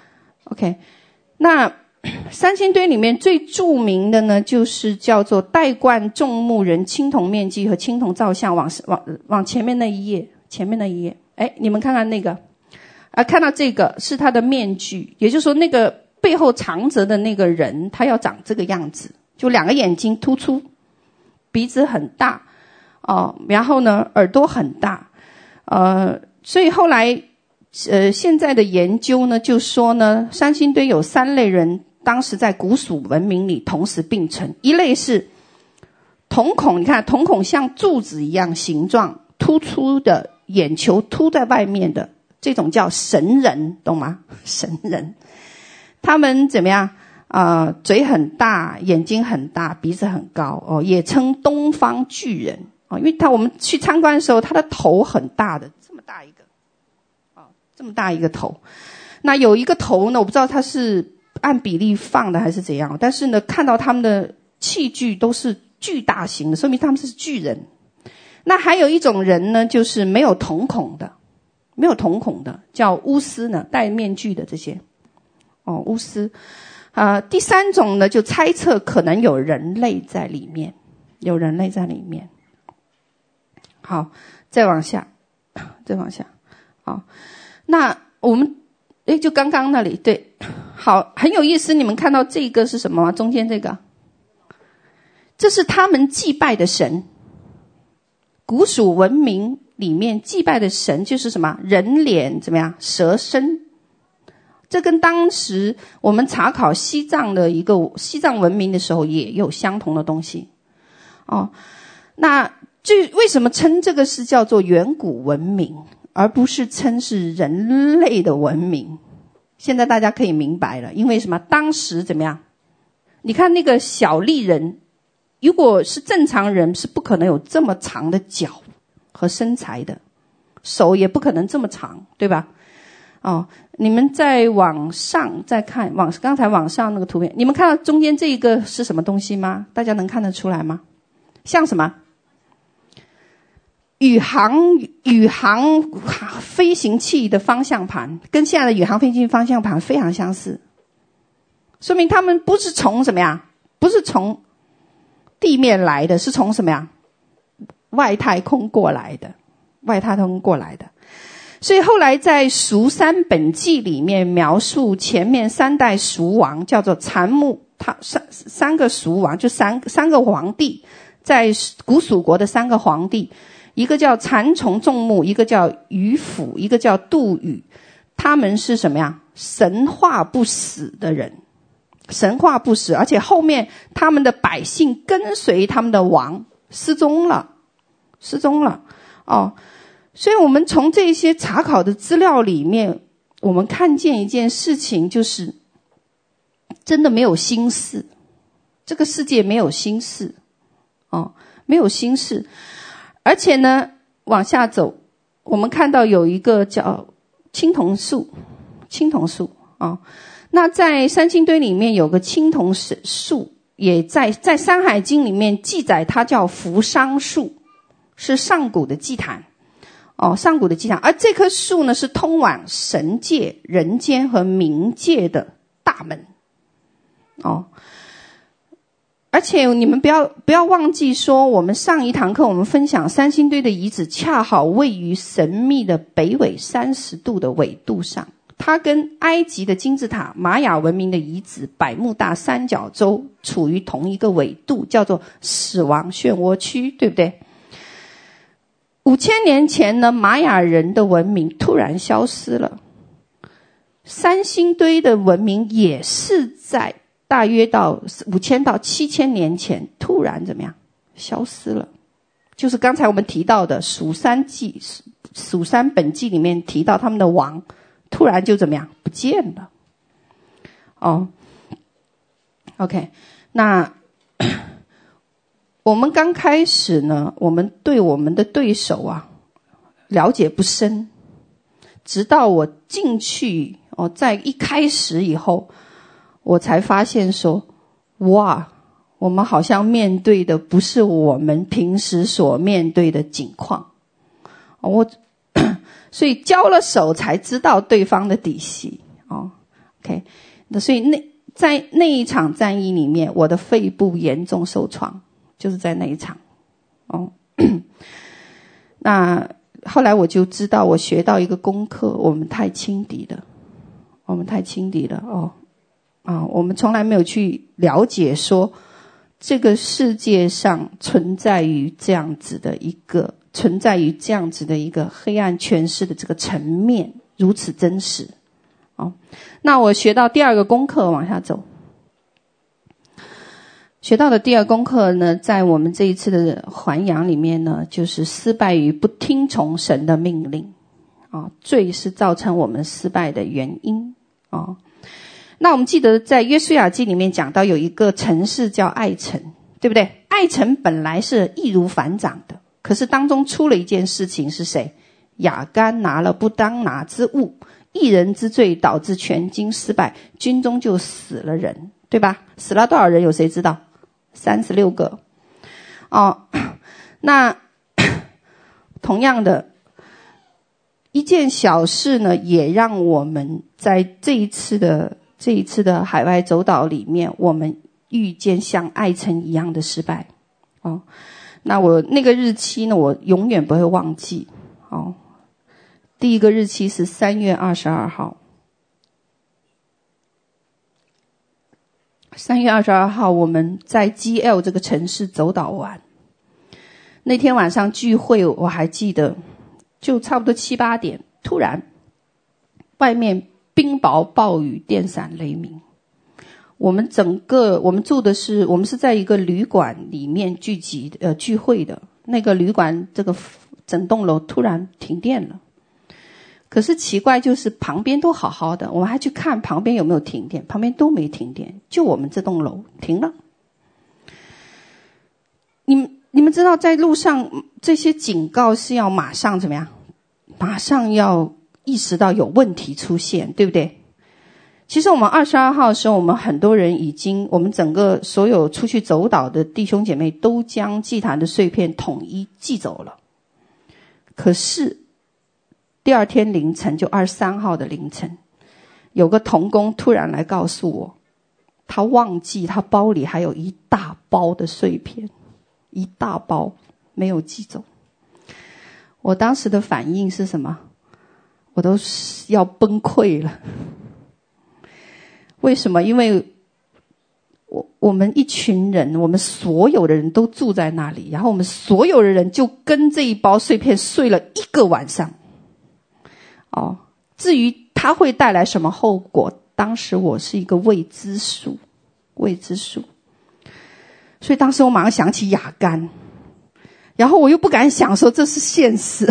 ，OK， 那。三星堆里面最著名的呢，就是叫做戴冠众牧人青铜面具和青铜造像。往往往前面那一页，前面那一页，哎，你们看看那个，啊，看到这个是他的面具，也就是说那个背后藏着的那个人，他要长这个样子，就两个眼睛突出，鼻子很大，哦，然后呢耳朵很大，呃，所以后来呃现在的研究呢，就说呢，三星堆有三类人。当时在古蜀文明里同时并存，一类是瞳孔，你看瞳孔像柱子一样形状，突出的眼球凸在外面的，这种叫神人，懂吗？神人，他们怎么样？呃，嘴很大，眼睛很大，鼻子很高哦，也称东方巨人哦，因为他我们去参观的时候，他的头很大的，这么大一个，哦，这么大一个头。那有一个头呢，我不知道他是按比例放的还是怎样，但是呢，看到他们的器具都是巨大型的，说明他们是巨人。那还有一种人呢，就是没有瞳孔的，没有瞳孔的叫巫师呢，戴面具的这些，哦，巫师。呃，第三种呢，就猜测可能有人类在里面，有人类在里面。好，再往下，再往下，好，那我们。诶，就刚刚那里，对，好，很有意思。你们看到这个是什么吗？中间这个，这是他们祭拜的神。古蜀文明里面祭拜的神就是什么？人脸怎么样？蛇身。这跟当时我们查考西藏的一个西藏文明的时候也有相同的东西。哦，那这为什么称这个是叫做远古文明？而不是称是人类的文明，现在大家可以明白了。因为什么？当时怎么样？你看那个小丽人，如果是正常人，是不可能有这么长的脚和身材的，手也不可能这么长，对吧？哦，你们再往上再看，往刚才往上那个图片，你们看到中间这一个是什么东西吗？大家能看得出来吗？像什么？宇航宇航飞行器的方向盘跟现在的宇航飞行器方向盘非常相似，说明他们不是从什么呀？不是从地面来的，是从什么呀？外太空过来的，外太空过来的。所以后来在《蜀山本纪》里面描述前面三代蜀王，叫做残木，他三三个蜀王，就三三个皇帝，在古蜀国的三个皇帝。一个叫蚕虫众目，一个叫鱼府，一个叫杜宇，他们是什么呀？神话不死的人，神话不死，而且后面他们的百姓跟随他们的王失踪了，失踪了哦。所以我们从这些查考的资料里面，我们看见一件事情，就是真的没有心事，这个世界没有心事哦，没有心事。而且呢，往下走，我们看到有一个叫青铜树， 青铜树啊、哦。那在三星堆里面有个青铜树，也在在《山海经》里面记载，它叫扶桑树，是上古的祭坛哦，上古的祭坛。而这棵树呢，是通往神界、人间和冥界的大门哦。而且你们不要不要忘记说，我们上一堂课我们分享三星堆的遗址恰好位于神秘的北纬三十度的纬度上，它跟埃及的金字塔、玛雅文明的遗址百慕大三角洲处于同一个纬度，叫做死亡漩涡区，对不对？五千年前呢，玛雅人的文明突然消失了，三星堆的文明也是在大约到五千到七千年前突然怎么样消失了，就是刚才我们提到的蜀山记、蜀山本纪里面提到他们的王突然就怎么样不见了。哦 ，OK， 那我们刚开始呢，我们对我们的对手啊了解不深，直到我进去哦，在一开始以后。我才发现说，哇，我们好像面对的不是我们平时所面对的境况。我所以交了手才知道对方的底细哦。OK， 那所以那在那一场战役里面，我的肺部严重受创，就是在那一场。哦，那后来我就知道，我学到一个功课，我们太轻敌了，我们太轻敌了哦。啊，我们从来没有去了解说，这个世界上存在于这样子的一个存在于这样子的一个黑暗权势的这个层面如此真实。哦，那我学到第二个功课，往下走。学到的第二功课呢，在我们这一次的还阳里面呢，就是失败于不听从神的命令。啊，罪是造成我们失败的原因。啊。那我们记得在约书亚记里面讲到有一个城市叫爱城，对不对？爱城本来是易如反掌的，可是当中出了一件事情，是谁？亚干拿了不当拿之物，一人之罪导致全军失败，军中就死了人，对吧？死了多少人有谁知道？三十六个。哦，那同样的一件小事呢，也让我们在这一次的这一次的海外走岛里面，我们遇见像爱城一样的失败。哦，那我那个日期呢，我永远不会忘记。哦，第一个日期是三月二十二号。三月二十二号，我们在 G L 这个城市走岛玩。那天晚上聚会，我还记得，就差不多七八点，突然外面冰雹暴雨电闪雷鸣，我们整个我们住的是我们是在一个旅馆里面聚集呃聚会的，那个旅馆这个整栋楼突然停电了。可是奇怪，就是旁边都好好的，我们还去看旁边有没有停电，旁边都没停电，就我们这栋楼停了。你们你们知道在路上这些警告是要马上怎么样？马上要意识到有问题出现，对不对？其实我们二十二号的时候，我们很多人已经，我们整个所有出去走岛的弟兄姐妹都将祭坛的碎片统一寄走了。可是第二天凌晨，就二十三号的凌晨，有个同工突然来告诉我，他忘记他包里还有一大包的碎片，一大包没有寄走。我当时的反应是什么？我都要崩溃了。为什么？因为我我们一群人，我们所有的人都住在那里，然后我们所有的人就跟这一包碎片睡了一个晚上。哦，至于它会带来什么后果，当时我是一个未知数，未知数。所以当时我马上想起亚干，然后我又不敢想说这是现实。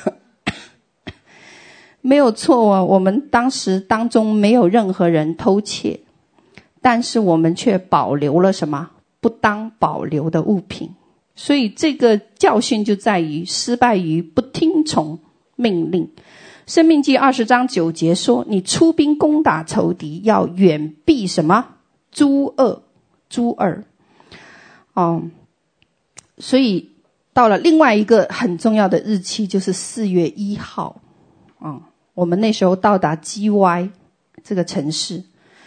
没有错啊，我们当时当中没有任何人偷窃，但是我们却保留了什么不当保留的物品。所以这个教训就在于失败于不听从命令。 申命记二十章九节说，你出兵攻打仇敌，要远避什么？诸恶，诸恶。哦，所以到了另外一个很重要的日期，就是四月一号。哦，我们那时候到达 G Y 这个城市。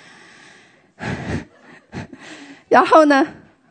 然后呢，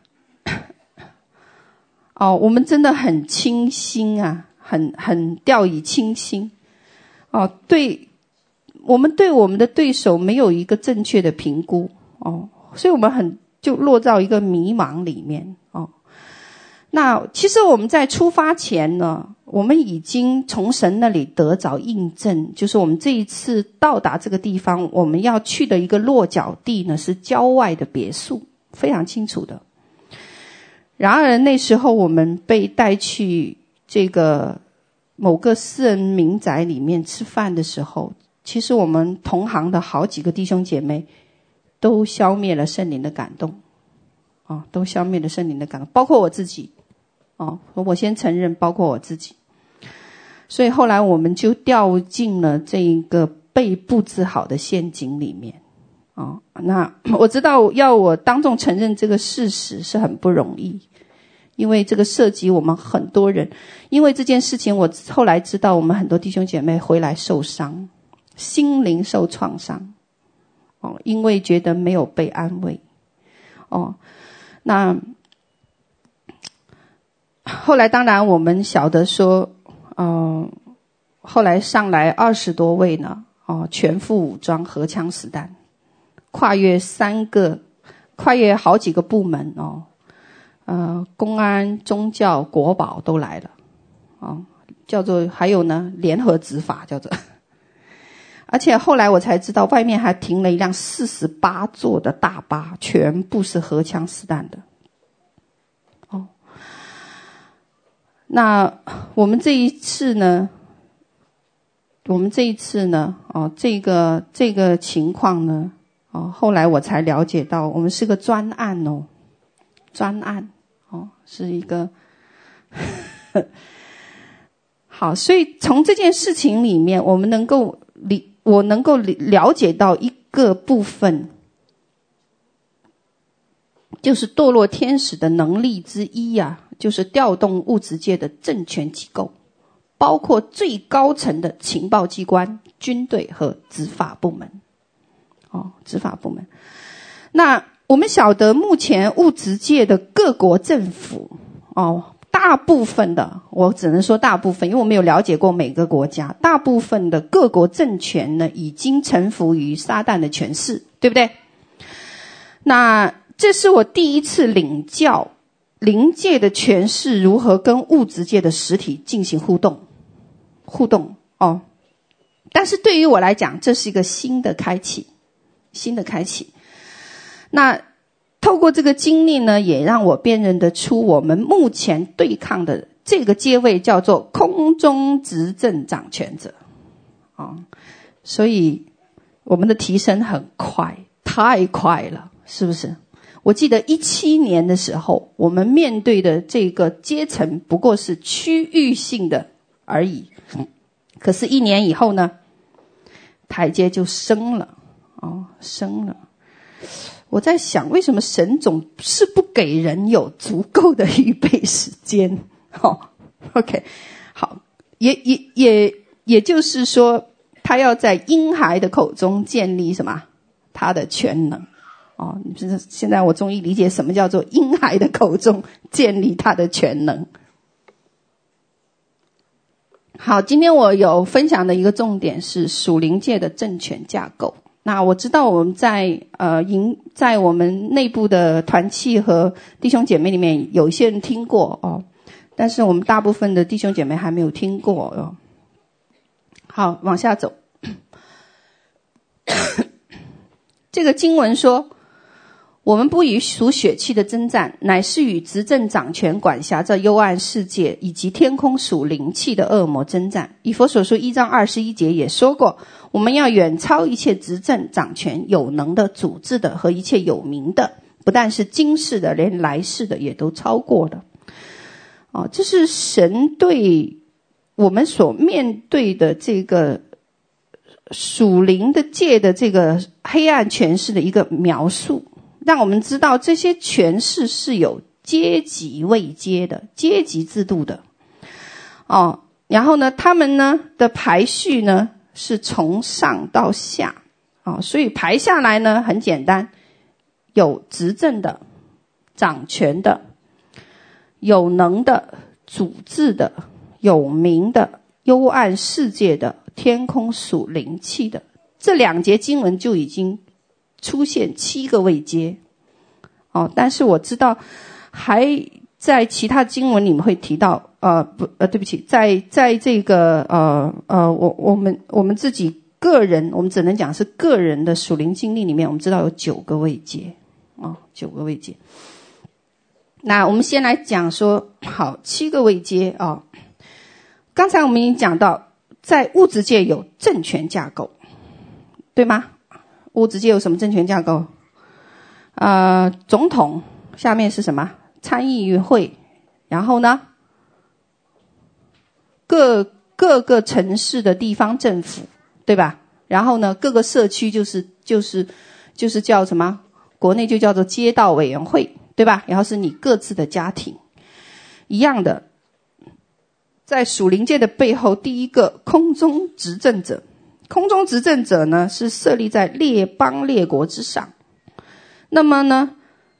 哦，我们真的很清心啊，很很掉以轻心。哦，对，我们对我们的对手没有一个正确的评估。哦，所以我们很就落到一个迷茫里面。哦，那其实我们在出发前呢，我们已经从神那里得着印证，就是我们这一次到达这个地方，我们要去的一个落脚地呢是郊外的别墅，非常清楚的。然而那时候我们被带去这个某个私人民宅里面吃饭的时候，其实我们同行的好几个弟兄姐妹都消灭了圣灵的感动。哦，都消灭了圣灵的感动，包括我自己。哦，我先承认，包括我自己。所以后来我们就掉进了这一个被布置好的陷阱里面。哦，那我知道要我当众承认这个事实是很不容易，因为这个涉及我们很多人。因为这件事情，我后来知道我们很多弟兄姐妹回来受伤，心灵受创伤。哦，因为觉得没有被安慰。哦，那后来当然我们晓得说，嗯、呃，后来上来二十多位呢，哦，全副武装，荷枪实弹，跨越三个，跨越好几个部门哦，呃，公安、宗教、国保都来了，哦，叫做还有呢，联合执法叫做，而且后来我才知道，外面还停了一辆四十八座的大巴，全部是荷枪实弹的。哦，那我们这一次呢？我们这一次呢？哦，这个这个情况呢？哦，后来我才了解到，我们是个专案哦，专案哦，是一个好，所以从这件事情里面，我们能够理。我能够了解到一个部分，就是堕落天使的能力之一啊，就是调动物质界的政权机构，包括最高层的情报机关、军队和执法部门。哦，执法部门。那我们晓得，目前物质界的各国政府，哦。大部分的，我只能说大部分，因为我没有了解过每个国家，大部分的各国政权呢，已经臣服于撒旦的权势，对不对？那这是我第一次领教灵界的权势如何跟物质界的实体进行互动，互动哦。但是对于我来讲，这是一个新的开启，新的开启。那透过这个经历呢，也让我辨认得出我们目前对抗的这个阶位叫做空中执政掌权者。哦，所以我们的提升很快，太快了，是不是？我记得一七年的时候，我们面对的这个阶层不过是区域性的而已。可是一年以后呢，台阶就升了，哦，升了。我在想，为什么神总是不给人有足够的预备时间？哦 ，OK， 好，也也也也就是说，他要在婴孩的口中建立什么？他的全能。哦，你是现在我终于理解什么叫做婴孩的口中建立他的全能。好，今天我有分享的一个重点是属灵界的政权架构。那我知道我们在呃营在我们内部的团契和弟兄姐妹里面有一些人听过哦，但是我们大部分的弟兄姐妹还没有听过哦。好，往下走。这个经文说，我们不与属血气的征战，乃是与执政掌权管辖这幽暗世界以及天空属灵气的恶魔征战。以弗所书一章二十一节也说过，我们要远超一切执政掌权有能的主治的和一切有名的，不但是今世的，连来世的也都超过了。哦，这是神对我们所面对的这个属灵的界的这个黑暗权势的一个描述，让我们知道这些权势是有阶级位阶的，阶级制度的哦。然后呢，他们呢的排序呢是从上到下哦，所以排下来呢很简单，有执政的、掌权的、有能的、主治的、有名的、幽暗世界的、天空属灵气的。这两节经文就已经出现七个位阶哦，但是我知道还在其他经文里面会提到，呃，不，呃，对不起，在在这个呃呃，我我们我们自己个人，我们只能讲是个人的属灵经历里面，我们知道有九个位阶，哦，九个位阶。那我们先来讲说，好，七个位阶啊、哦。刚才我们已经讲到，在物质界有政权架构，对吗？物质界有什么政权架构？呃，总统下面是什么？参议会，然后呢，各各个城市的地方政府，对吧？然后呢，各个社区就是就是就是叫什么？国内就叫做街道委员会，对吧？然后是你各自的家庭，一样的。在属灵界的背后，第一个空中执政者，空中执政者呢是设立在列邦列国之上。那么呢？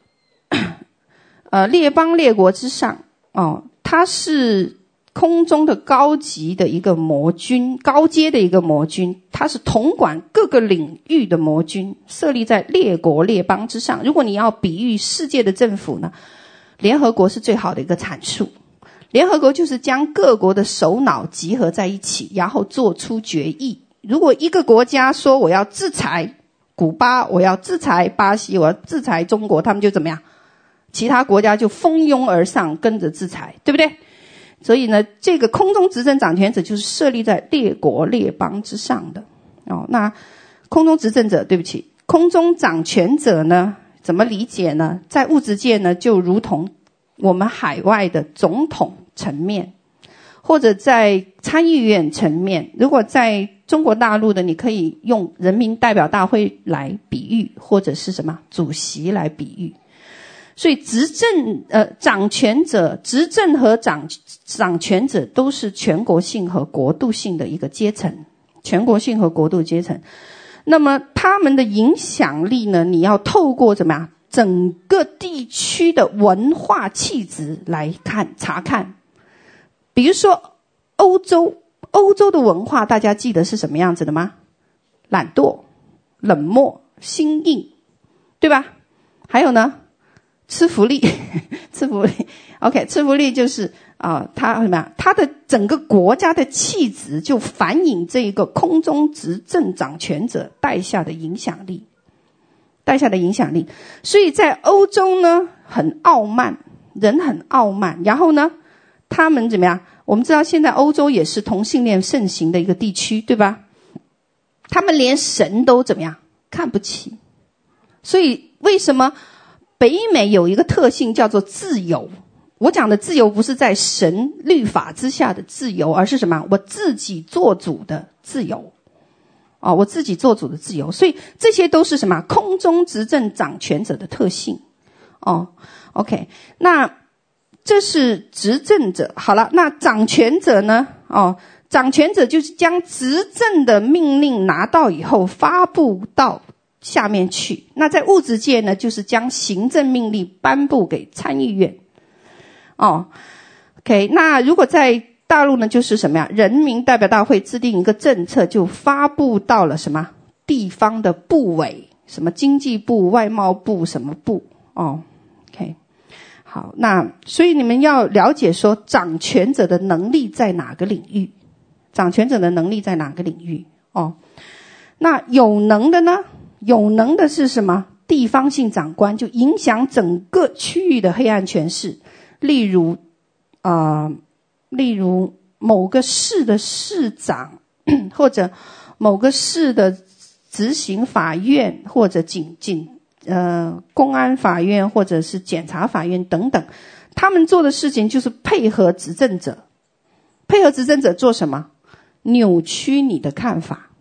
呃，列邦列国之上哦，它是空中的高级的一个魔军，高阶的一个魔军，它是统管各个领域的魔军，设立在列国列邦之上。如果你要比喻世界的政府呢，联合国是最好的一个阐述。联合国就是将各国的首脑集合在一起，然后做出决议。如果一个国家说我要制裁古巴，我要制裁巴西，我要制裁中国，他们就怎么样？其他国家就蜂拥而上，跟着制裁，对不对？所以呢，这个空中执政掌权者就是设立在列国列邦之上的哦。那空中执政者，对不起，空中掌权者呢，怎么理解呢？在物质界呢，就如同我们海外的总统层面，或者在参议院层面。如果在中国大陆的，你可以用人民代表大会来比喻，或者是什么主席来比喻。所以执政呃掌权者，执政和掌掌权者都是全国性和国度性的一个阶层，全国性和国度阶层。那么他们的影响力呢，你要透过怎么样整个地区的文化气质来看查看。比如说欧洲，欧洲的文化大家记得是什么样子的吗？懒惰、冷漠、心硬，对吧？还有呢，吃福利吃福利 OK 吃福利就是啊、呃，他什么呀？他的整个国家的气质就反映这一个空中执政掌权者带下的影响力，带下的影响力。所以在欧洲呢，很傲慢，人很傲慢。然后呢，他们怎么样？我们知道现在欧洲也是同性恋盛行的一个地区，对吧？他们连神都怎么样？看不起。所以为什么北美有一个特性叫做自由？我讲的自由不是在神律法之下的自由，而是什么？我自己做主的自由。哦，我自己做主的自由。所以这些都是什么？空中执政掌权者的特性。哦 ，OK， 那这是执政者。好了，那掌权者呢？哦，掌权者就是将执政的命令拿到以后发布到下面去。那在物质界呢，就是将行政命令颁布给参议院。哦 ，OK， 那如果在大陆呢，就是什么呀？人民代表大会制定一个政策，就发布到了什么地方的部委，什么经济部、外贸部什么部。哦 ，OK， 好，那所以你们要了解说，掌权者的能力在哪个领域？掌权者的能力在哪个领域？哦，那有能的呢？有能的是什么？地方性长官，就影响整个区域的黑暗权势。例如，啊、呃，例如某个市的市长，或者某个市的执行法院，或者警警呃公安法院，或者是检察法院等等，他们做的事情就是配合执政者。配合执政者做什么？扭曲你的看法，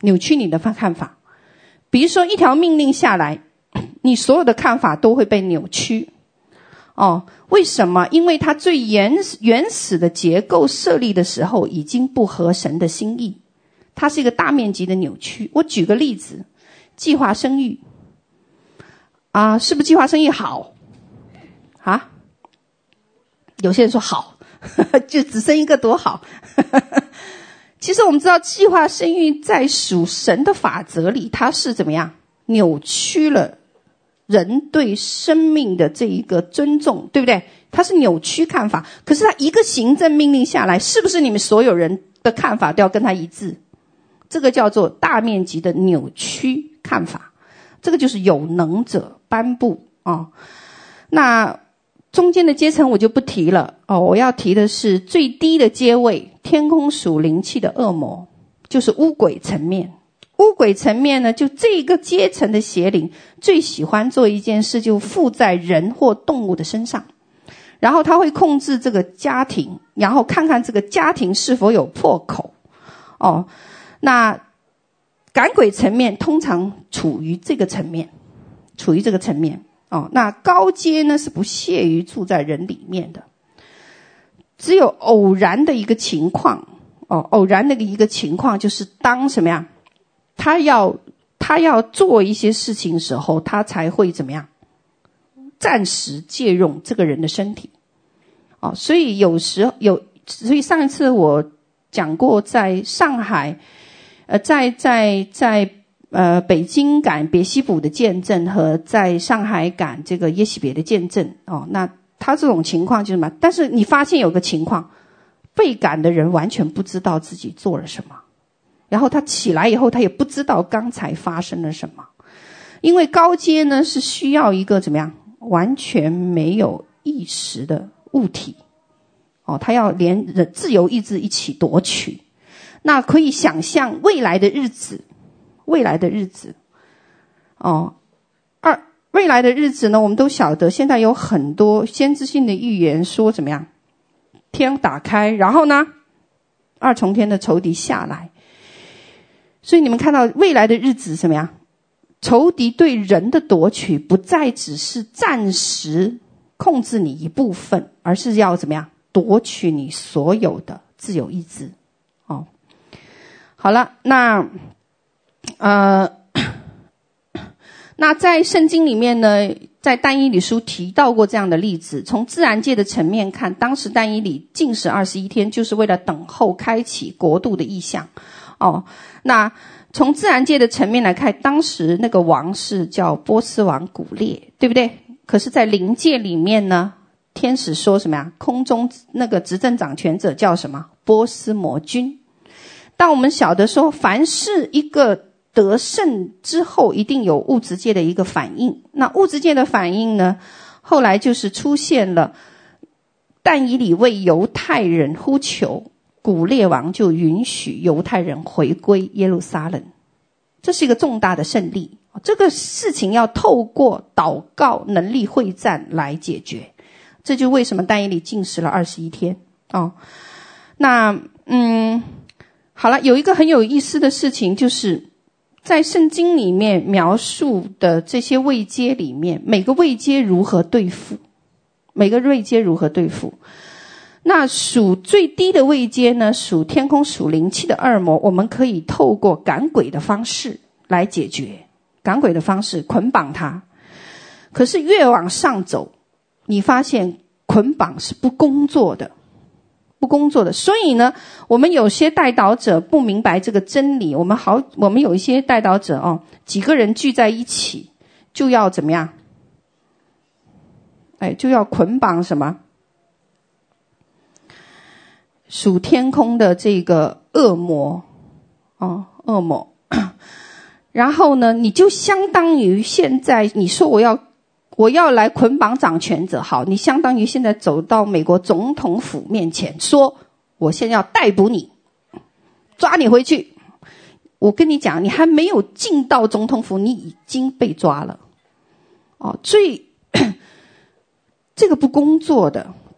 扭曲你的看法。比如说一条命令下来，你所有的看法都会被扭曲。哦，为什么？因为它最原原始的结构设立的时候已经不合神的心意，它是一个大面积的扭曲。我举个例子，计划生育啊，是不是计划生育好啊？有些人说好，就只生一个多好。其实我们知道，计划生育在属神的法则里，它是怎么样扭曲了人对生命的这一个尊重，对不对？它是扭曲看法。可是它一个行政命令下来，是不是你们所有人的看法都要跟它一致？这个叫做大面积的扭曲看法。这个就是有能者颁布哦。那中间的阶层我就不提了哦，我要提的是最低的阶位，天空属灵气的恶魔，就是污鬼层面。污鬼层面呢，就这个阶层的邪灵最喜欢做一件事，就附在人或动物的身上，然后他会控制这个家庭，然后看看这个家庭是否有破口。哦，那赶鬼层面通常处于这个层面，处于这个层面。哦，那高阶呢是不屑于住在人里面的，只有偶然的一个情况。哦，偶然的一个情况就是当什么样？他要他要做一些事情的时候，他才会怎么样？暂时借用这个人的身体。哦，所以有时候有，所以上一次我讲过，在上海，呃，在在在呃北京赶别西卜的见证和在上海赶这个耶喜别的见证。哦，那他这种情况就是什么？但是你发现有个情况，被赶的人完全不知道自己做了什么。然后他起来以后，他也不知道刚才发生了什么。因为高阶呢是需要一个怎么样完全没有意识的物体。哦，他要连人自由意志一起夺取。那可以想象未来的日子，未来的日子。哦，二未来的日子呢，我们都晓得现在有很多先知性的预言说怎么样？天打开，然后呢，二重天的仇敌下来。所以你们看到未来的日子怎么样？仇敌对人的夺取不再只是暂时控制你一部分，而是要怎么样夺取你所有的自由意志。哦，好了，那呃，那在圣经里面呢，在但以理书提到过这样的例子。从自然界的层面看，当时但以理禁食二十一天，就是为了等候开启国度的意象。哦，那从自然界的层面来看，当时那个王是叫波斯王古列，对不对？可是在灵界里面呢，天使说什么呀？空中那个执政掌权者叫什么？波斯魔君。当我们晓得说，凡是一个得胜之后，一定有物质界的一个反应。那物质界的反应呢，后来就是出现了但以理为犹太人呼求，古列王就允许犹太人回归耶路撒冷。这是一个重大的胜利。这个事情要透过祷告能力会战来解决。这就为什么但以理禁食了二十一天。哦，那嗯，好了，有一个很有意思的事情，就是在圣经里面描述的这些位阶里面，每个位阶如何对付，每个位阶如何对付。那属最低的位阶呢，属天空属灵气的恶魔，我们可以透过赶鬼的方式来解决，赶鬼的方式捆绑它。可是越往上走，你发现捆绑是不工作的，不工作的。所以呢，我们有些代祷者不明白这个真理。我们好，我们有一些代祷者哦，几个人聚在一起就要怎么样？哎，就要捆绑什么？属天空的这个恶魔，哦，恶魔。然后呢，你就相当于现在你说我要我要来捆绑掌权者，好，你相当于现在走到美国总统府面前，说我现在要逮捕你，抓你回去。我跟你讲，你还没有进到总统府，你已经被抓了。哦，最这个不工作的。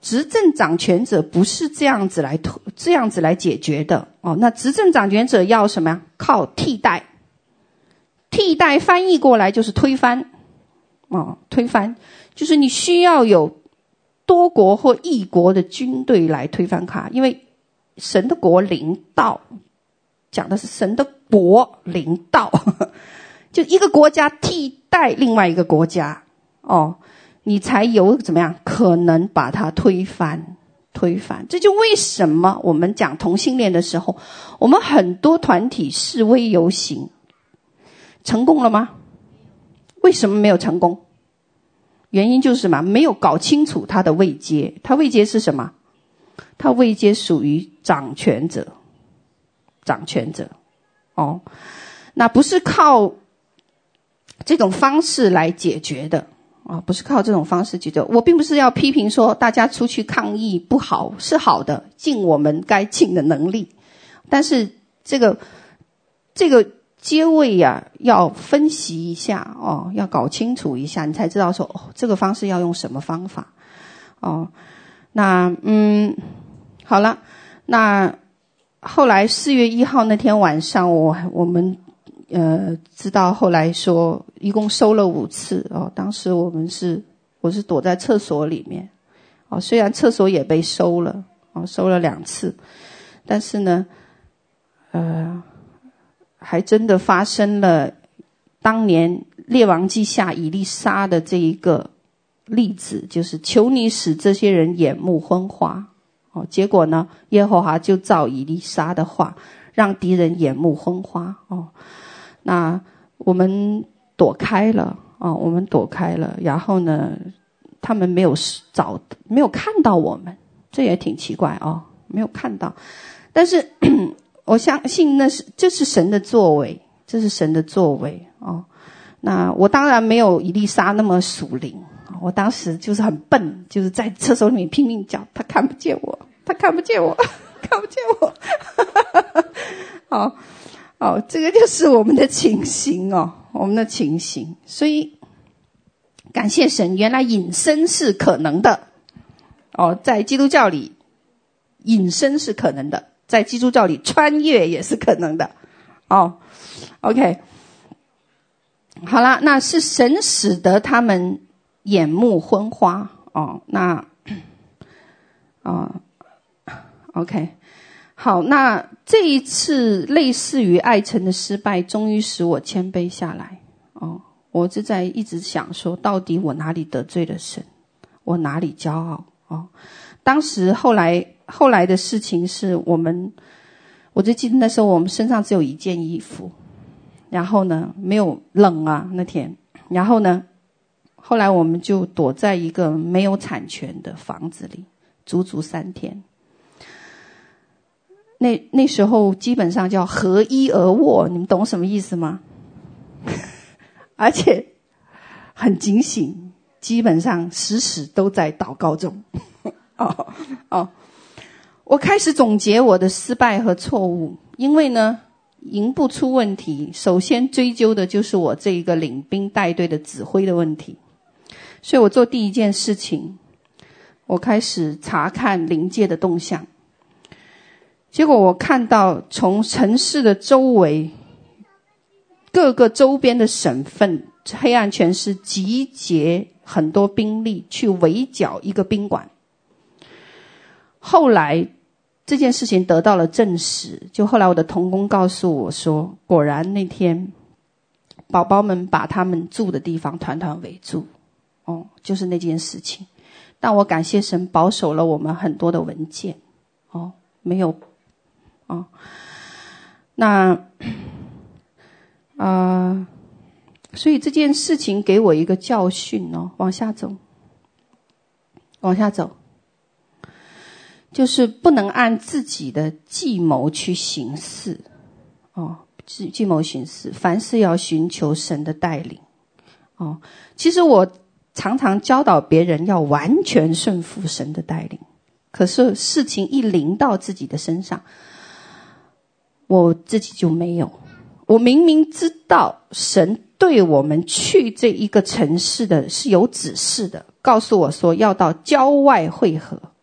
执政掌权者不是这样子来这样子来解决的哦。那执政掌权者要什么呀？靠替代，替代翻译过来就是推翻哦，推翻就是你需要有多国或异国的军队来推翻它，因为神的国临到，讲的是神的国临到，就一个国家替代另外一个国家哦，你才有怎么样可能把它推翻推翻。这就为什么我们讲同性恋的时候，我们很多团体示威游行成功了吗？为什么没有成功？原因就是什么？没有搞清楚他的位阶。他位阶是什么？他位阶属于掌权者，掌权者哦，那不是靠这种方式来解决的啊，不是靠这种方式解决。我并不是要批评说大家出去抗议不好，是好的，尽我们该尽的能力。但是这个这个阶位呀、啊，要分析一下哦，要搞清楚一下，你才知道说哦，这个方式要用什么方法哦。那嗯，好了，那后来四月一号那天晚上，我我们呃知道后来说一共收了五次哦。当时我们是我是躲在厕所里面哦，虽然厕所也被收了哦，收了两次，但是呢，呃。还真的发生了当年列王记下以利沙的这一个例子，就是求你使这些人眼目昏花哦。结果呢，耶和华就照以利沙的话，让敌人眼目昏花哦。那我们躲开了哦，我们躲开了，然后呢，他们没有找，没有看到我们，这也挺奇怪哦，没有看到，但是。我相信那是这是神的作为，这是神的作为哦。那我当然没有以利沙那么属灵，我当时就是很笨，就是在厕所里面拼命叫，他看不见我，他看不见我，看不见我。哦哦，这个就是我们的情形哦，我们的情形。所以感谢神，原来隐身是可能的哦，在基督教里隐身是可能的。在基督教里穿越也是可能的哦 OK 好啦，那是神使得他们眼目昏花哦。那哦 OK 好，那这一次类似于爱城的失败终于使我谦卑下来哦。我就在一直想说，到底我哪里得罪了神，我哪里骄傲哦。当时后来后来的事情是我们，我就记得那时候我们身上只有一件衣服，然后呢没有冷啊那天，然后呢后来我们就躲在一个没有产权的房子里足足三天。那那时候基本上叫合衣而卧，你们懂什么意思吗？而且很警醒，基本上时时都在祷告中。哦哦，我开始总结我的失败和错误，因为呢，赢不出问题，首先追究的就是我这一个领兵带队的指挥的问题。所以我做第一件事情，我开始查看灵界的动向。结果我看到从城市的周围，各个周边的省份，黑暗权势集结很多兵力去围剿一个宾馆。后来这件事情得到了证实，就后来我的同工告诉我说，果然那天宝宝们把他们住的地方团团围住哦，就是那件事情。但我感谢神保守了我们很多的文件哦，没有哦。那啊、呃，所以这件事情给我一个教训哦，往下走往下走就是不能按自己的计谋去行事哦，计计谋行事，凡事要寻求神的带领哦。其实我常常教导别人要完全顺服神的带领，可是事情一临到自己的身上，我自己就没有。我明明知道神对我们去这一个城市的是有指示的，告诉我说要到郊外会合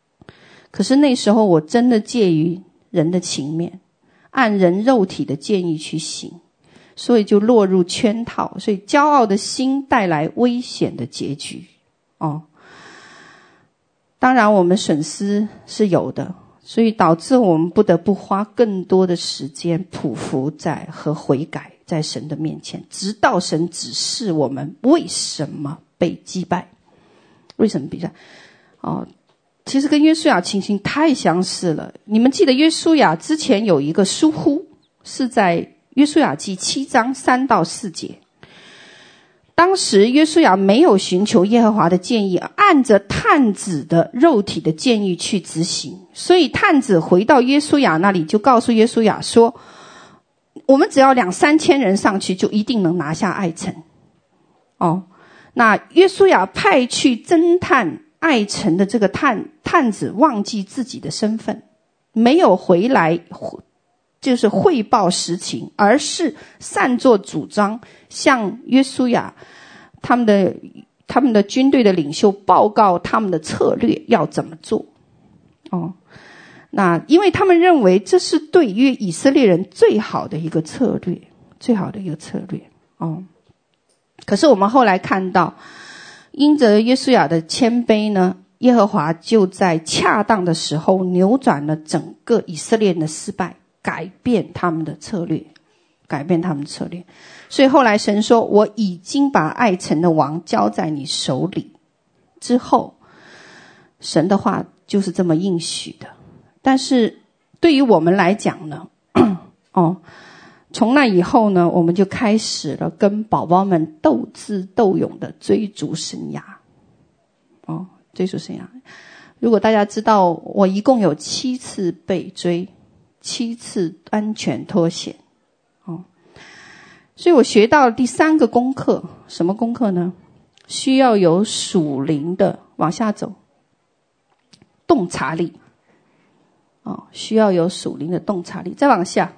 可是那时候我真的介于人的情面，按人肉体的建议去行，所以就落入圈套，所以骄傲的心带来危险的结局。哦，当然我们损失是有的，所以导致我们不得不花更多的时间匍匐在和悔改在神的面前，直到神指示我们为什么被击败，为什么比赛。哦，其实跟约书亚情形太相似了。你们记得约书亚之前有一个疏忽，是在约书亚记七章三到四节。当时约书亚没有寻求耶和华的建议，按着探子的肉体的建议去执行，所以探子回到约书亚那里，就告诉约书亚说，我们只要两三千人上去就一定能拿下爱城。哦，那约书亚派去侦探爱城的这个探探子忘记自己的身份，没有回来就是汇报实情，而是擅作主张向约书亚他们的他们的军队的领袖报告他们的策略要怎么做。哦，那因为他们认为这是对于以色列人最好的一个策略，最好的一个策略。哦，可是我们后来看到，因着约书亚的谦卑呢，耶和华就在恰当的时候扭转了整个以色列人的失败，改变他们的策略，改变他们的策略。所以后来神说，我已经把爱城的王交在你手里。之后神的话就是这么应许的。但是对于我们来讲呢，哦，从那以后呢，我们就开始了跟宝宝们斗智斗勇的追逐生涯。哦，追逐生涯。如果大家知道，我一共有七次被追，七次安全脱险。哦，所以我学到第三个功课，什么功课呢？需要有属灵的往下走洞察力。哦，需要有属灵的洞察力。再往下，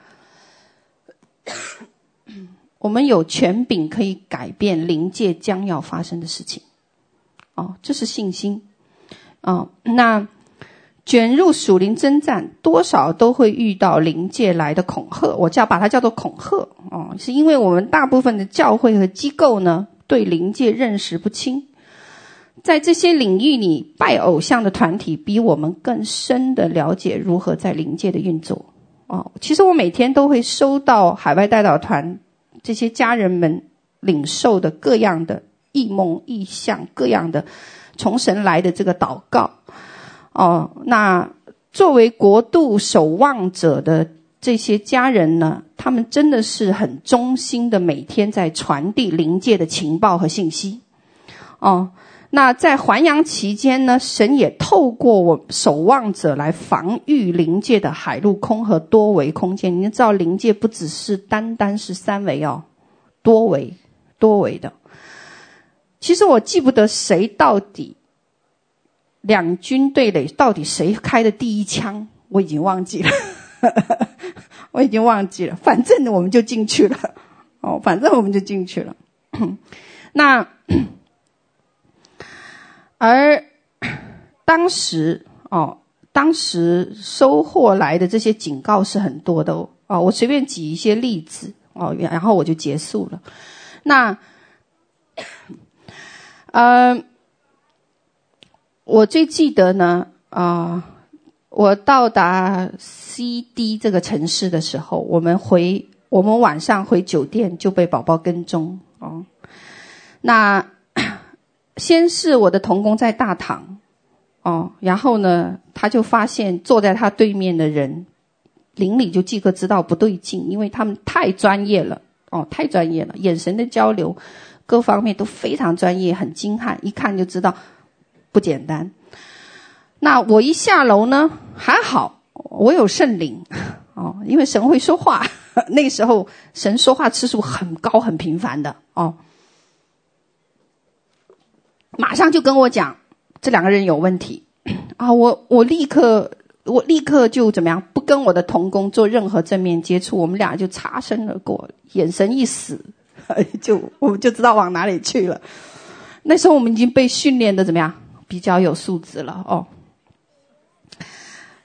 我们有权柄可以改变灵界将要发生的事情。哦，这是信心。哦，那卷入属灵征战，多少都会遇到灵界来的恐吓，我叫把它叫做恐吓。哦，是因为我们大部分的教会和机构呢，对灵界认识不清。在这些领域里，拜偶像的团体比我们更深的了解如何在灵界的运作。哦，其实我每天都会收到海外代祷团这些家人们领受的各样的异梦异象，各样的从神来的这个祷告。哦，那作为国度守望者的这些家人呢，他们真的是很忠心的，每天在传递灵界的情报和信息。哦，那在还阳期间呢，神也透过我守望者来防御灵界的海陆空和多维空间。你知道灵界不只是单单是三维哦，多维多维的。其实我记不得谁到底两军对垒到底谁开的第一枪，我已经忘记了我已经忘记了，反正我们就进去了。哦，反正我们就进去了那而当时哦，当时收获来的这些警告是很多的哦。哦，我随便举一些例子哦，然后我就结束了。那呃，我最记得呢，啊、呃，我到达 C D 这个城市的时候，我们回我们晚上回酒店就被宝宝跟踪哦。那先是我的同工在大堂哦，然后呢，他就发现坐在他对面的人，邻里就即刻知道不对劲，因为他们太专业了哦，太专业了，眼神的交流各方面都非常专业，很精悍，一看就知道不简单。那我一下楼呢，还好我有圣灵哦，因为神会说话，那个时候神说话次数很高很频繁的哦。马上就跟我讲这两个人有问题啊！我我立刻我立刻就怎么样，不跟我的同工做任何正面接触，我们俩就擦身而过，眼神一死，就我们就知道往哪里去了。那时候我们已经被训练的怎么样，比较有素质了哦。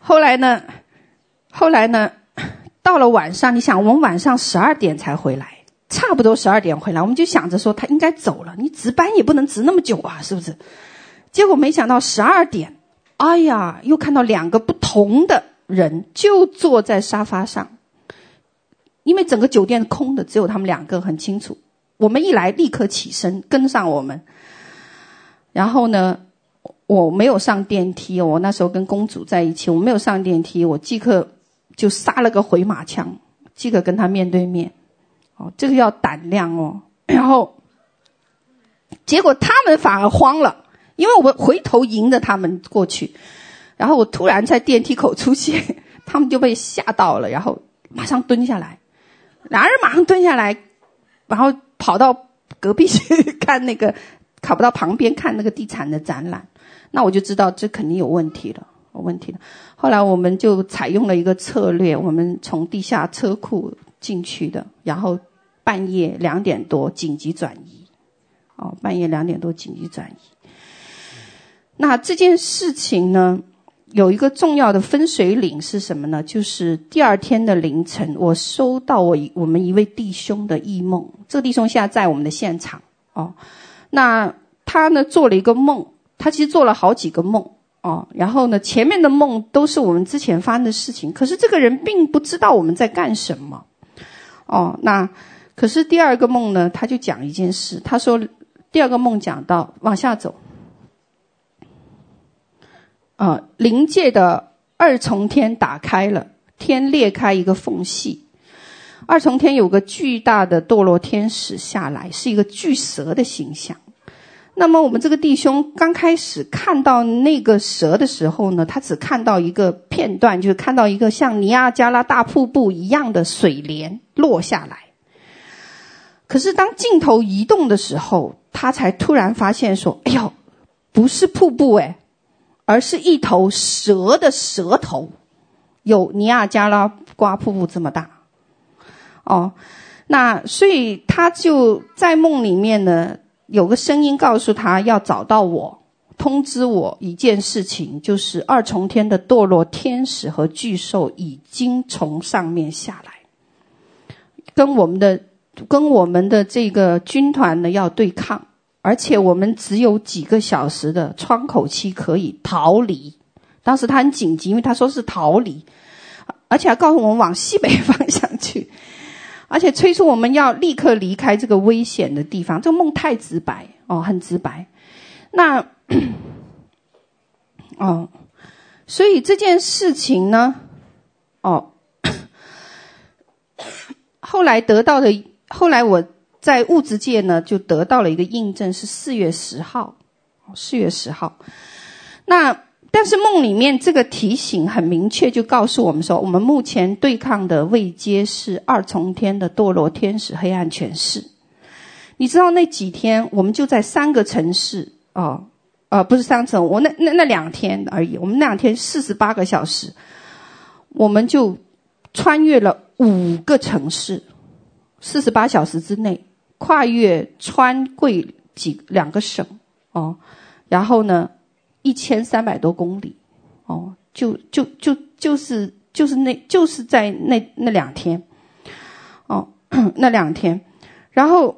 后来呢后来呢到了晚上，你想我们晚上十二点才回来，差不多十二点回来，我们就想着说他应该走了，你值班也不能值那么久啊，是不是？结果没想到十二点，哎呀，又看到两个不同的人就坐在沙发上，因为整个酒店空的，只有他们两个很清楚。我们一来立刻起身跟上我们，然后呢我没有上电梯，我那时候跟公主在一起，我没有上电梯，我即刻就撒了个回马枪，即刻跟他面对面。哦，这个要胆量哦。然后结果他们反而慌了，因为我回头迎着他们过去，然后我突然在电梯口出现，他们就被吓到了，然后马上蹲下来，两人马上蹲下来，然后跑到隔壁去看那个，跑到旁边看那个地产的展览。那我就知道这肯定有问题了，有问题了。后来我们就采用了一个策略，我们从地下车库进去的，然后半夜两点多紧急转移，哦，半夜两点多紧急转移。那这件事情呢，有一个重要的分水岭是什么呢？就是第二天的凌晨，我收到我我们一位弟兄的异梦。这个弟兄现在在我们的现场哦。那他呢做了一个梦，他其实做了好几个梦哦。然后呢，前面的梦都是我们之前发生的事情，可是这个人并不知道我们在干什么哦。那可是第二个梦呢，他就讲一件事，他说第二个梦讲到往下走。呃，灵界的二重天打开了，天裂开一个缝隙，二重天有个巨大的堕落天使下来，是一个巨蛇的形象。那么我们这个弟兄刚开始看到那个蛇的时候呢，他只看到一个片段，就是看到一个像尼亚加拉大瀑布一样的水帘落下来。可是当镜头移动的时候，他才突然发现说，哎呦，不是瀑布诶，而是一头蛇的舌头，有尼亚加拉瓜瀑布这么大。哦，那所以他就在梦里面呢，有个声音告诉他要找到我，通知我一件事情，就是二重天的堕落天使和巨兽已经从上面下来，跟我们的跟我们的这个军团呢要对抗。而且我们只有几个小时的窗口期可以逃离。当时他很紧急，因为他说是逃离，而且还告诉我们往西北方向去，而且催促我们要立刻离开这个危险的地方。这个梦太直白哦，很直白。那哦，所以这件事情呢，哦，后来得到的，后来我在物质界呢就得到了一个印证，是四月十号，四月十号。那但是梦里面这个提醒很明确，就告诉我们说，我们目前对抗的位阶是二重天的堕落天使黑暗权势。你知道那几天我们就在三个城市哦，呃，不是三城，我那那那两天而已，我们那两天四十八个小时，我们就穿越了五个城市，四十八小时之内。跨越川贵几两个省哦，然后呢一千三百多公里哦，就就就就是就是那就是在那那两天哦，那两天，然后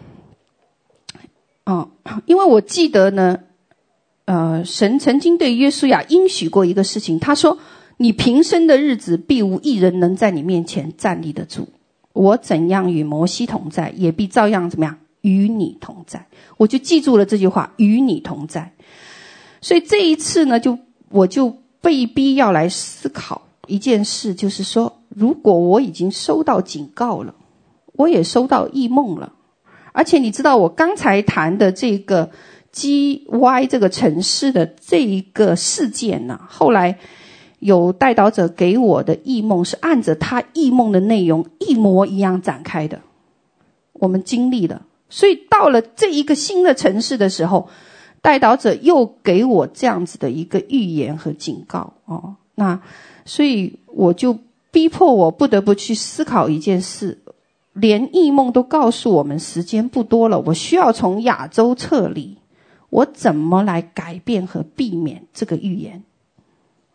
哦，因为我记得呢，呃，神曾经对约书亚应许过一个事情，他说：“你平生的日子，必无一人能在你面前站立得住。我怎样与摩西同在，也必照样怎么样与你同在。”我就记住了这句话，与你同在。所以这一次呢，就我就被逼要来思考一件事，就是说，如果我已经收到警告了，我也收到异梦了，而且你知道我刚才谈的这个 G Y 这个城市的这一个事件呢，后来有代祷者给我的异梦是按着他异梦的内容一模一样展开的，我们经历了。所以到了这一个新的城市的时候，代祷者又给我这样子的一个预言和警告哦。那所以我就逼迫我不得不去思考一件事，连异梦都告诉我们时间不多了，我需要从亚洲撤离，我怎么来改变和避免这个预言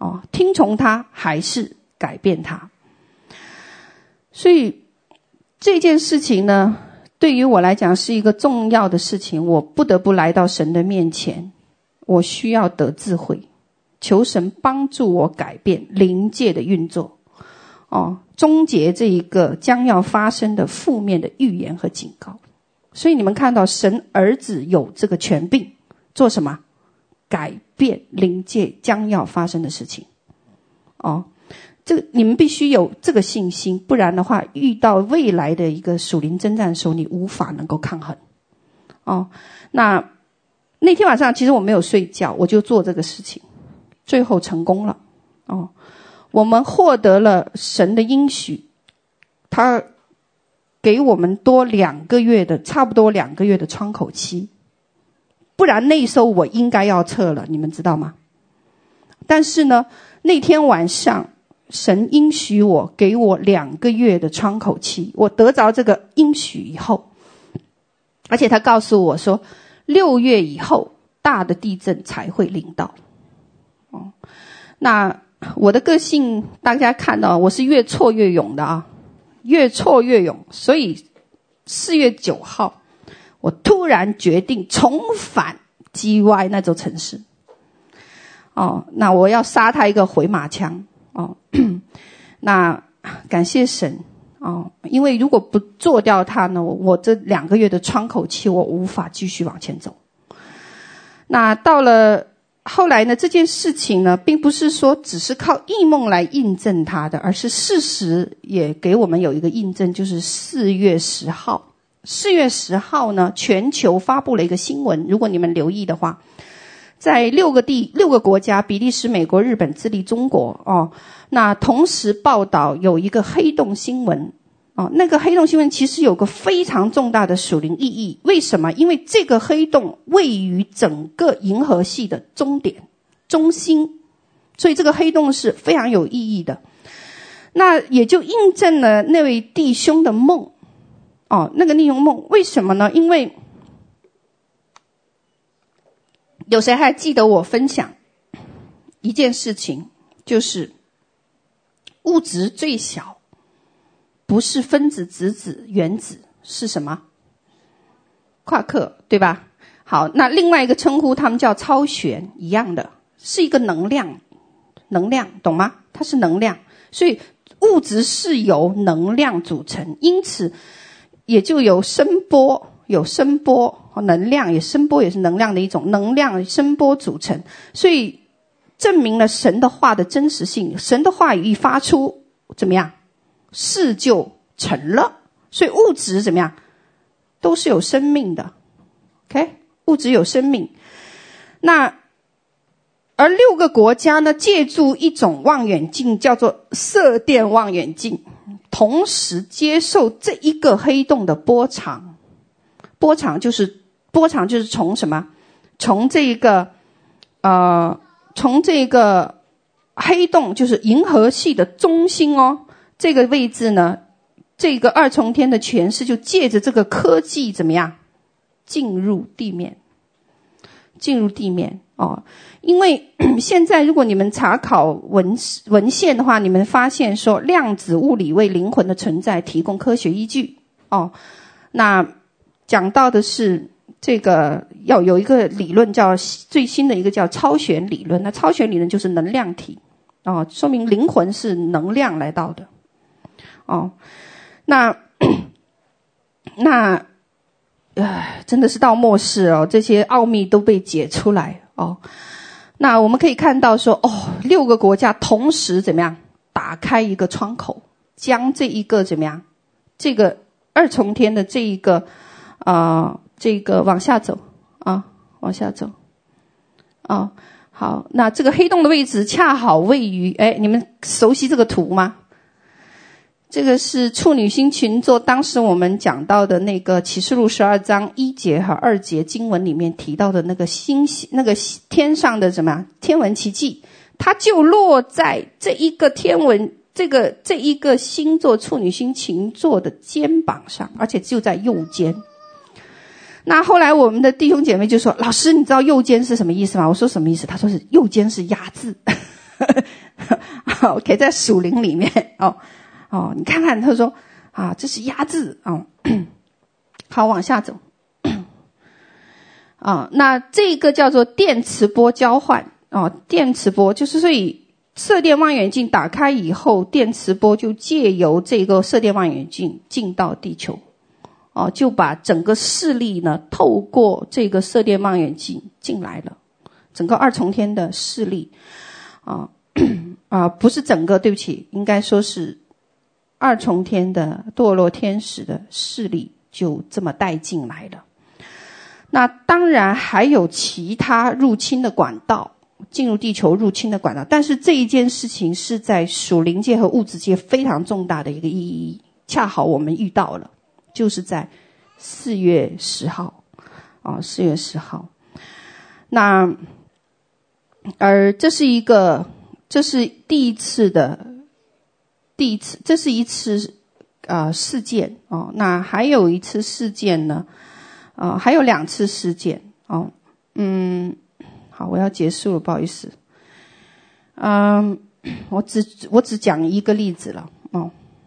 哦，听从他还是改变他。所以这件事情呢，对于我来讲是一个重要的事情，我不得不来到神的面前，我需要得智慧，求神帮助我改变灵界的运作，哦，终结这一个将要发生的负面的预言和警告。所以你们看到神儿子有这个权柄，做什么？改变灵界将要发生的事情。哦，这个你们必须有这个信心，不然的话，遇到未来的一个属灵征战的时候，你无法能够抗衡。哦，那那天晚上其实我没有睡觉，我就做这个事情，最后成功了。哦，我们获得了神的应许，他给我们多两个月的，差不多两个月的窗口期，不然那时候我应该要撤了，你们知道吗？但是呢，那天晚上神应许我，给我两个月的窗口期，我得着这个应许以后，而且他告诉我说，六月以后大的地震才会临到。哦，那我的个性大家看到，我是越挫越勇的啊，越挫越勇。所以四月九号，我突然决定重返 G Y 那座城市。哦，那我要杀他一个回马枪。哦，那感谢神。哦，因为如果不做掉他呢，我这两个月的窗口期我无法继续往前走。那到了后来呢，这件事情呢，并不是说只是靠异梦来印证它的，而是事实也给我们有一个印证，就是四月十号。四月十号呢，全球发布了一个新闻，如果你们留意的话，在六个地六个国家，比利时、美国、日本、智利、中国哦，那同时报道有一个黑洞新闻哦，那个黑洞新闻其实有个非常重大的属灵意义。为什么？因为这个黑洞位于整个银河系的终点中心，所以这个黑洞是非常有意义的。那也就印证了那位弟兄的梦哦，那个弟兄梦为什么呢？因为有谁还记得我分享一件事情，就是物质最小不是分子、质子、原子，是什么？夸克，对吧？好，那另外一个称呼他们叫超弦，一样的，是一个能量，能量，懂吗？它是能量，所以物质是由能量组成，因此也就有声波，有声波，能量也声波也是能量的一种，能量声波组成，所以证明了神的话的真实性。神的话语一发出，怎么样？事就成了。所以物质怎么样？都是有生命的。OK， 物质有生命。那而六个国家呢，借助一种望远镜，叫做射电望远镜，同时接受这一个黑洞的波长。波长就是波长就是从什么？从这一个呃，从这个黑洞，就是银河系的中心哦，这个位置呢，这个二重天的诠释就借着这个科技怎么样进入地面，进入地面哦。因为现在如果你们查考文文献的话，你们发现说量子物理为灵魂的存在提供科学依据哦。那讲到的是这个要有一个理论叫最新的一个叫超弦理论，那超弦理论就是能量体哦，说明灵魂是能量来到的哦。那那呃，真的是到末世哦，这些奥秘都被解出来哦。那我们可以看到说，哦，六个国家同时怎么样打开一个窗口，将这一个怎么样，这个二重天的这一个呃，这个往下走啊，往下走啊。好，那这个黑洞的位置恰好位于，哎，你们熟悉这个图吗？这个是处女星群座，当时我们讲到的那个启示录十二章一节和二节经文里面提到的那个星那个天上的什么天文奇迹，它就落在这一个天文这个这一个星座处女星群座的肩膀上，而且就在右肩。那后来我们的弟兄姐妹就说，老师你知道右肩是什么意思吗？我说什么意思？他说是右肩是压制 ，OK， 在属灵里面哦哦，你看看，他说啊，这是压制哦。好，往下走啊，那这个叫做电磁波交换哦，电磁波就是所以射电望远镜打开以后，电磁波就借由这个射电望远镜进到地球哦，就把整个视力呢透过这个射电望远镜进来了，整个二重天的视力啊啊，不是整个，对不起，应该说是二重天的堕落天使的视力就这么带进来了。那当然还有其他入侵的管道，进入地球入侵的管道，但是这一件事情是在属灵界和物质界非常重大的一个意义，恰好我们遇到了，就是在四月十号啊，四月十号。那而这是一个，这是第一次的，第一次，这是一次啊、呃、事件哦。那还有一次事件呢，啊、呃、还有两次事件哦。嗯，好，我要结束了，不好意思。嗯，我只我只讲一个例子了哦。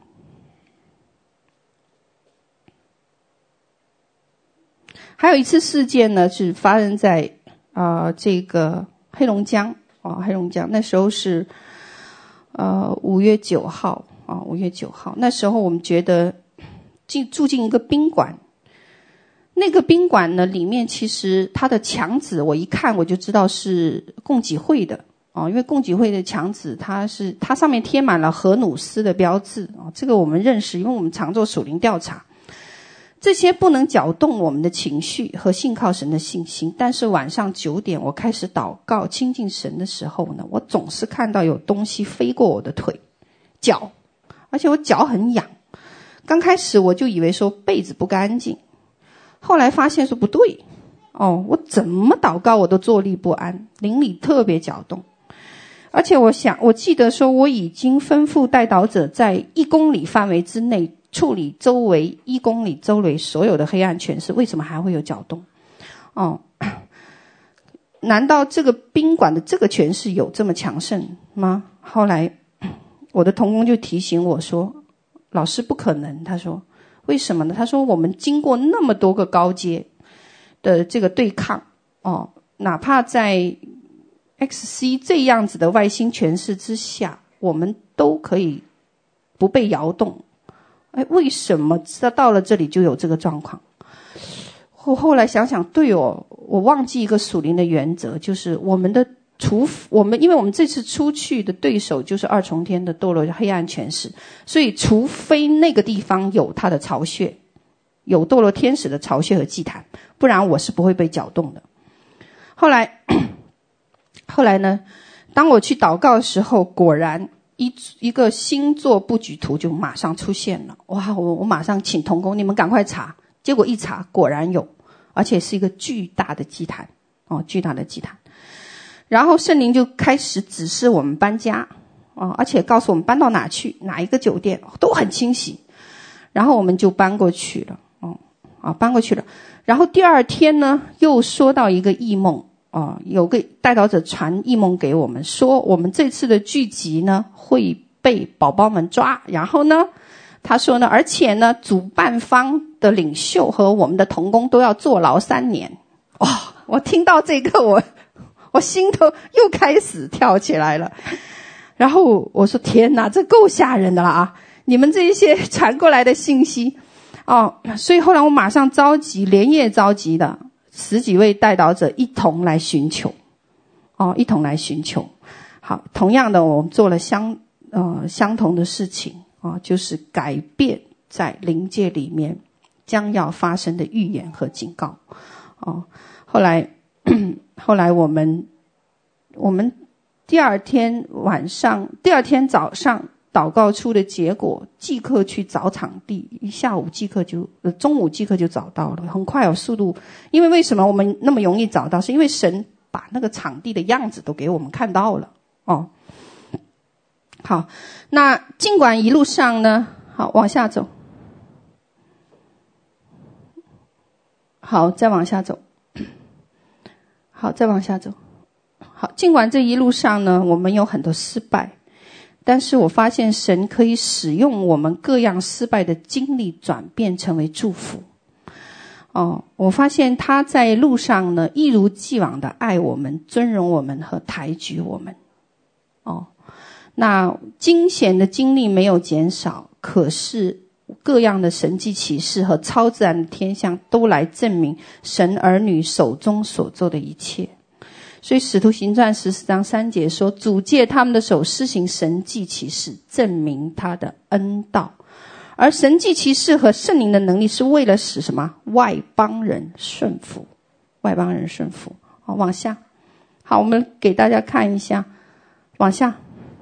还有一次事件呢，是发生在啊、呃、这个黑龙江啊、哦，黑龙江那时候是呃五月九号啊，五月九号那时候我们觉得进住进一个宾馆，那个宾馆呢里面其实它的墙纸我一看我就知道是共济会的哦，因为共济会的墙纸它是它上面贴满了荷努斯的标志哦，这个我们认识，因为我们常做属灵调查。这些不能搅动我们的情绪和信靠神的信心，但是晚上九点我开始祷告亲近神的时候呢，我总是看到有东西飞过我的腿脚，而且我脚很痒。刚开始我就以为说被子不干净，后来发现说不对哦，我怎么祷告我都坐立不安，灵里特别搅动。而且我想我记得说我已经吩咐代祷者在一公里范围之内处理周围一公里周围所有的黑暗权势，为什么还会有搅动？哦，难道这个宾馆的这个权势有这么强盛吗？后来我的同工就提醒我说，老师不可能。他说为什么呢？他说我们经过那么多个高阶的这个对抗哦，哪怕在 X C 这样子的外星权势之下，我们都可以不被摇动。哎，为什么到了这里就有这个状况？我后来想想，对哦，我忘记一个属灵的原则，就是我们的除我们，因为我们这次出去的对手就是二重天的堕落黑暗权势，所以除非那个地方有他的巢穴，有堕落天使的巢穴和祭坛，不然我是不会被搅动的。后来，后来呢，当我去祷告的时候，果然。一一个星座布局图就马上出现了，哇！我我马上请同工，你们赶快查。结果一查，果然有，而且是一个巨大的祭坛哦，巨大的祭坛。然后圣灵就开始指示我们搬家哦，而且告诉我们搬到哪去，哪一个酒店都很清晰。然后我们就搬过去了哦，啊，搬过去了。然后第二天呢，又说到一个异梦。哦，有个代祷者传异梦给我们，说我们这次的聚集呢会被宝宝们抓，然后呢，他说呢，而且呢，主办方的领袖和我们的同工都要坐牢三年。哇、哦！我听到这个，我我心头又开始跳起来了。然后我说：天哪，这够吓人的了啊！你们这些传过来的信息，哦，所以后来我马上召集，连夜召集的。十几位代祷者一同来寻求，哦，一同来寻求。好，同样的，我们做了相呃相同的事情啊、哦，就是改变在灵界里面将要发生的预言和警告。哦，后来后来我们我们第二天晚上，第二天早上。祷告出的结果，即刻去找场地，一下午即刻就，呃，中午即刻就找到了，很快有速度。因为为什么我们那么容易找到？是因为神把那个场地的样子都给我们看到了哦。好，那尽管一路上呢，好往下走，好再往下走，好再往下走，好，尽管这一路上呢，我们有很多失败。 但是我发现神可以使用我们各样失败的经历转变成为祝福。哦，我发现他在路上呢，一如既往的爱我们、尊荣我们和抬举我们。哦，那惊险的经历没有减少，可是各样的神迹奇事和超自然的天象都来证明神儿女手中所做的一切。所以使徒行传十四章三节说，主借他们的手施行神迹奇事，证明他的恩道。而神迹奇事和圣灵的能力是为了使什么？外邦人顺服，外邦人顺服。好，往下。好，我们给大家看一下，往下。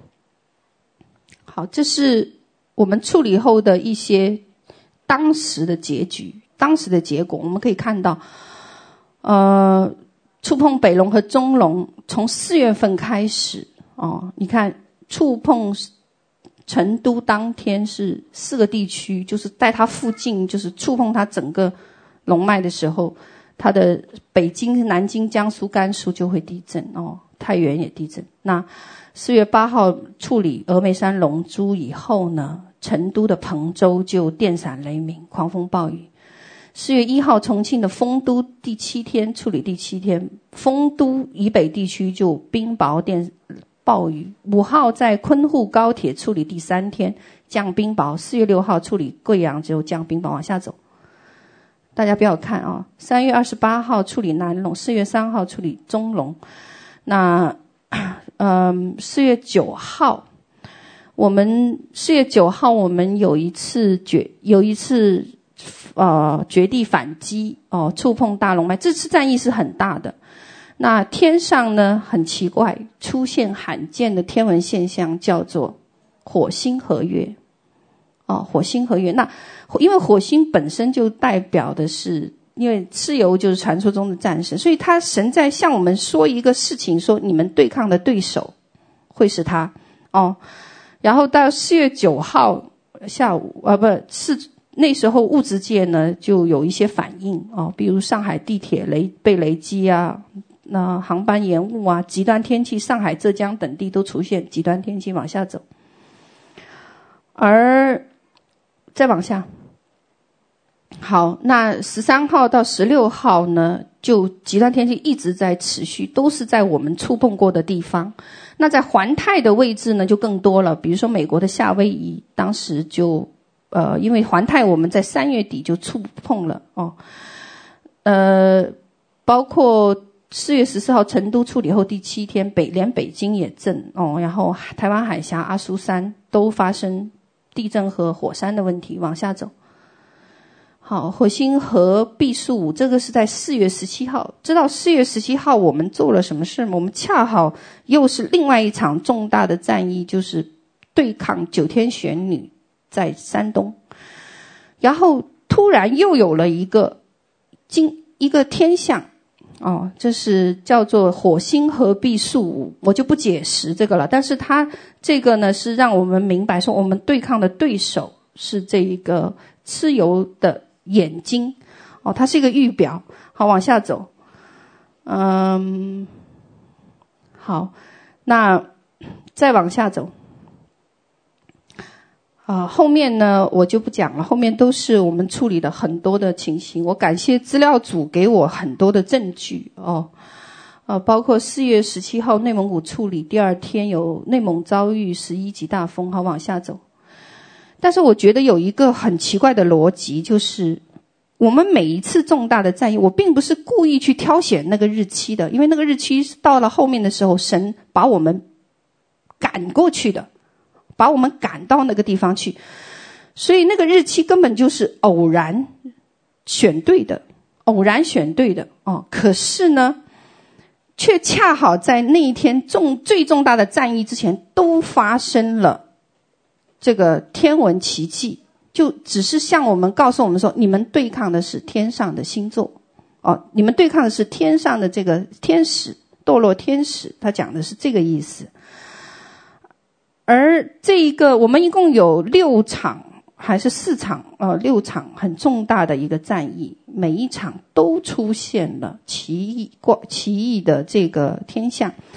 好，这是我们处理后的一些当时的结局，当时的结果。我们可以看到，呃，触碰北龙和中龙，从四月份开始，哦，你看触碰成都当天是四个地区，就是在它附近，就是触碰它整个龙脉的时候，它的北京、南京、江苏、甘肃就会地震哦，太原也地震。那四月八号处理峨眉山龙珠以后呢，成都的彭州就电闪雷鸣、狂风暴雨。四月一号重庆的丰都第七天处理第七天，丰都以北地区就冰雹电暴雨。五号在昆沪高铁处理第三天降冰雹，四月六号处理贵阳就降冰雹。往下走，大家不要看啊。三月二十八号处理南龙，四月三号处理中龙。那嗯，四月九号，我们四月九号我们有一次绝有一次呃绝地反击哦，触碰大龙脉，这次战役是很大的。那天上呢，很奇怪，出现罕见的天文现象，叫做火星合月。哦，火星合月。那因为火星本身就代表的是，因为蚩尤就是传说中的战神，所以他神在向我们说一个事情，说你们对抗的对手会是他哦。然后到四月九号下午啊，不是那时候物质界呢就有一些反应哦，比如上海地铁雷被雷击啊，那航班延误啊，极端天气，上海、浙江等地都出现极端天气。往下走，而再往下。好，那十三号到十六号呢，就极端天气一直在持续，都是在我们触碰过的地方。那在环太的位置呢就更多了，比如说美国的夏威夷，当时就呃，因为环太我们在三月底就触碰了哦，呃，包括四月十四号成都处理后第七天，北连北京也震哦，然后台湾海峡、阿苏山都发生地震和火山的问题。往下走。好，火星和毕宿五，这个是在四月十七号。知道四月十七号我们做了什么事吗？我们恰好又是另外一场重大的战役，就是对抗九天玄女在山东。然后突然又有了一个经一个天象哦，这是叫做火星合毕宿五，我就不解释这个了。但是它这个呢是让我们明白说，我们对抗的对手是这一个蚩尤的眼睛哦，它是一个预表。好，往下走。嗯，好，那再往下走。啊，后面呢我就不讲了，后面都是我们处理的很多的情形。我感谢资料组给我很多的证据哦，呃，包括四月十七号内蒙古处理，第二天有内蒙遭遇十一级大风。好，往下走。但是我觉得有一个很奇怪的逻辑，就是我们每一次重大的战役，我并不是故意去挑选那个日期的，因为那个日期是到了后面的时候，神把我们赶过去的，把我们赶到那个地方去，所以那个日期根本就是偶然选对的，偶然选对的哦。可是呢，却恰好在那一天重最重大的战役之前，都发生了这个天文奇迹，就只是向我们告诉我们说，你们对抗的是天上的星座哦，你们对抗的是天上的这个天使，堕落天使，他讲的是这个意思。而这一个我们一共有六场还是四场呃，六场很重大的一个战役，每一场都出现了奇异奇异的这个天象。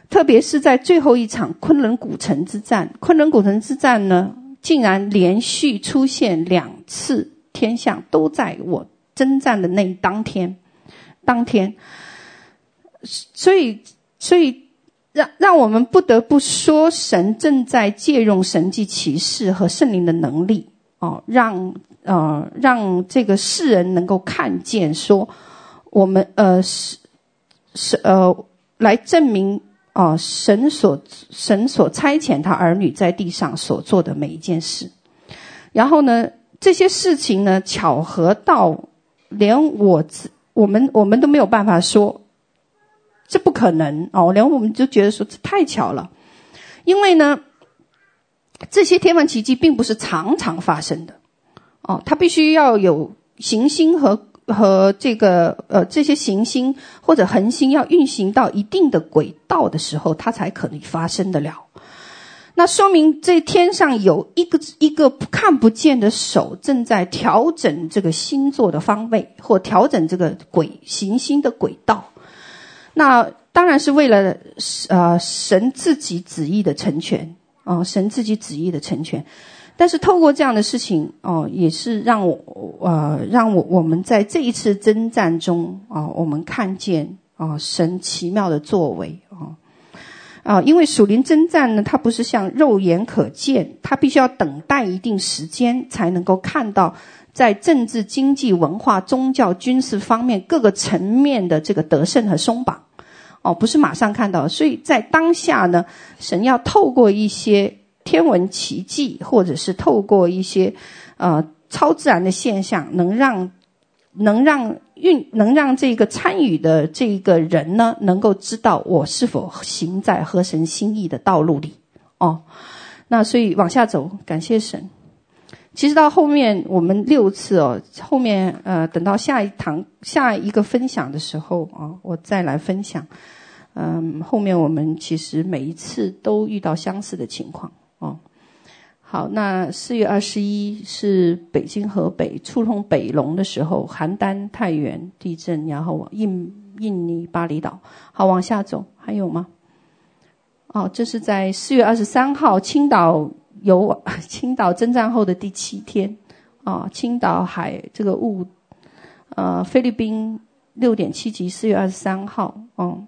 特别是在最后一场昆仑古城之战，昆仑古城之战呢，竟然连续出现两次天象，都在我征战的那当天，当天，所以，所以让让我们不得不说，神正在借用神迹奇事和圣灵的能力，哦，让呃让这个世人能够看见，说我们呃是是呃来证明哦、呃、神所神所差遣他儿女在地上所做的每一件事。然后呢，这些事情呢，巧合到连我我们我们都没有办法说这不可能哦，连我们就觉得说这太巧了。因为呢，这些天文奇迹并不是常常发生的哦，它必须要有行星和和这个呃这些行星或者恒星要运行到一定的轨道的时候，它才可能发生得了。那说明这天上有一个一个看不见的手正在调整这个星座的方位，或调整这个轨行星的轨道。那当然是为了呃神自己旨意的成全哦，神自己旨意的成全。但是透过这样的事情哦，也是让我呃让我我们在这一次征战中啊、哦，我们看见啊、哦、神奇妙的作为哦。啊，因为属灵征战呢，它不是像肉眼可见，它必须要等待一定时间才能够看到在政治、经济、文化、宗教、军事方面各个层面的这个得胜和松绑。哦，不是马上看到，所以在当下呢，神要透过一些天文奇迹，或者是透过一些呃超自然的现象，能让能让运能让这个参与的这个人呢，能够知道我是否行在合神心意的道路里哦。那所以往下走，感谢神。其实到后面我们六次哦，后面呃等到下一堂下一个分享的时候啊、哦，我再来分享。嗯，后面我们其实每一次都遇到相似的情况哦。好，那四月二十一是北京、河北触碰北龙的时候，邯郸、太原地震，然后印印尼巴厘岛。好，往下走，还有吗？哦，这是在四月二十三号青岛有青岛征战后的第七天啊、哦，青岛海这个雾，呃，菲律宾六点七级，四月二十三号，嗯，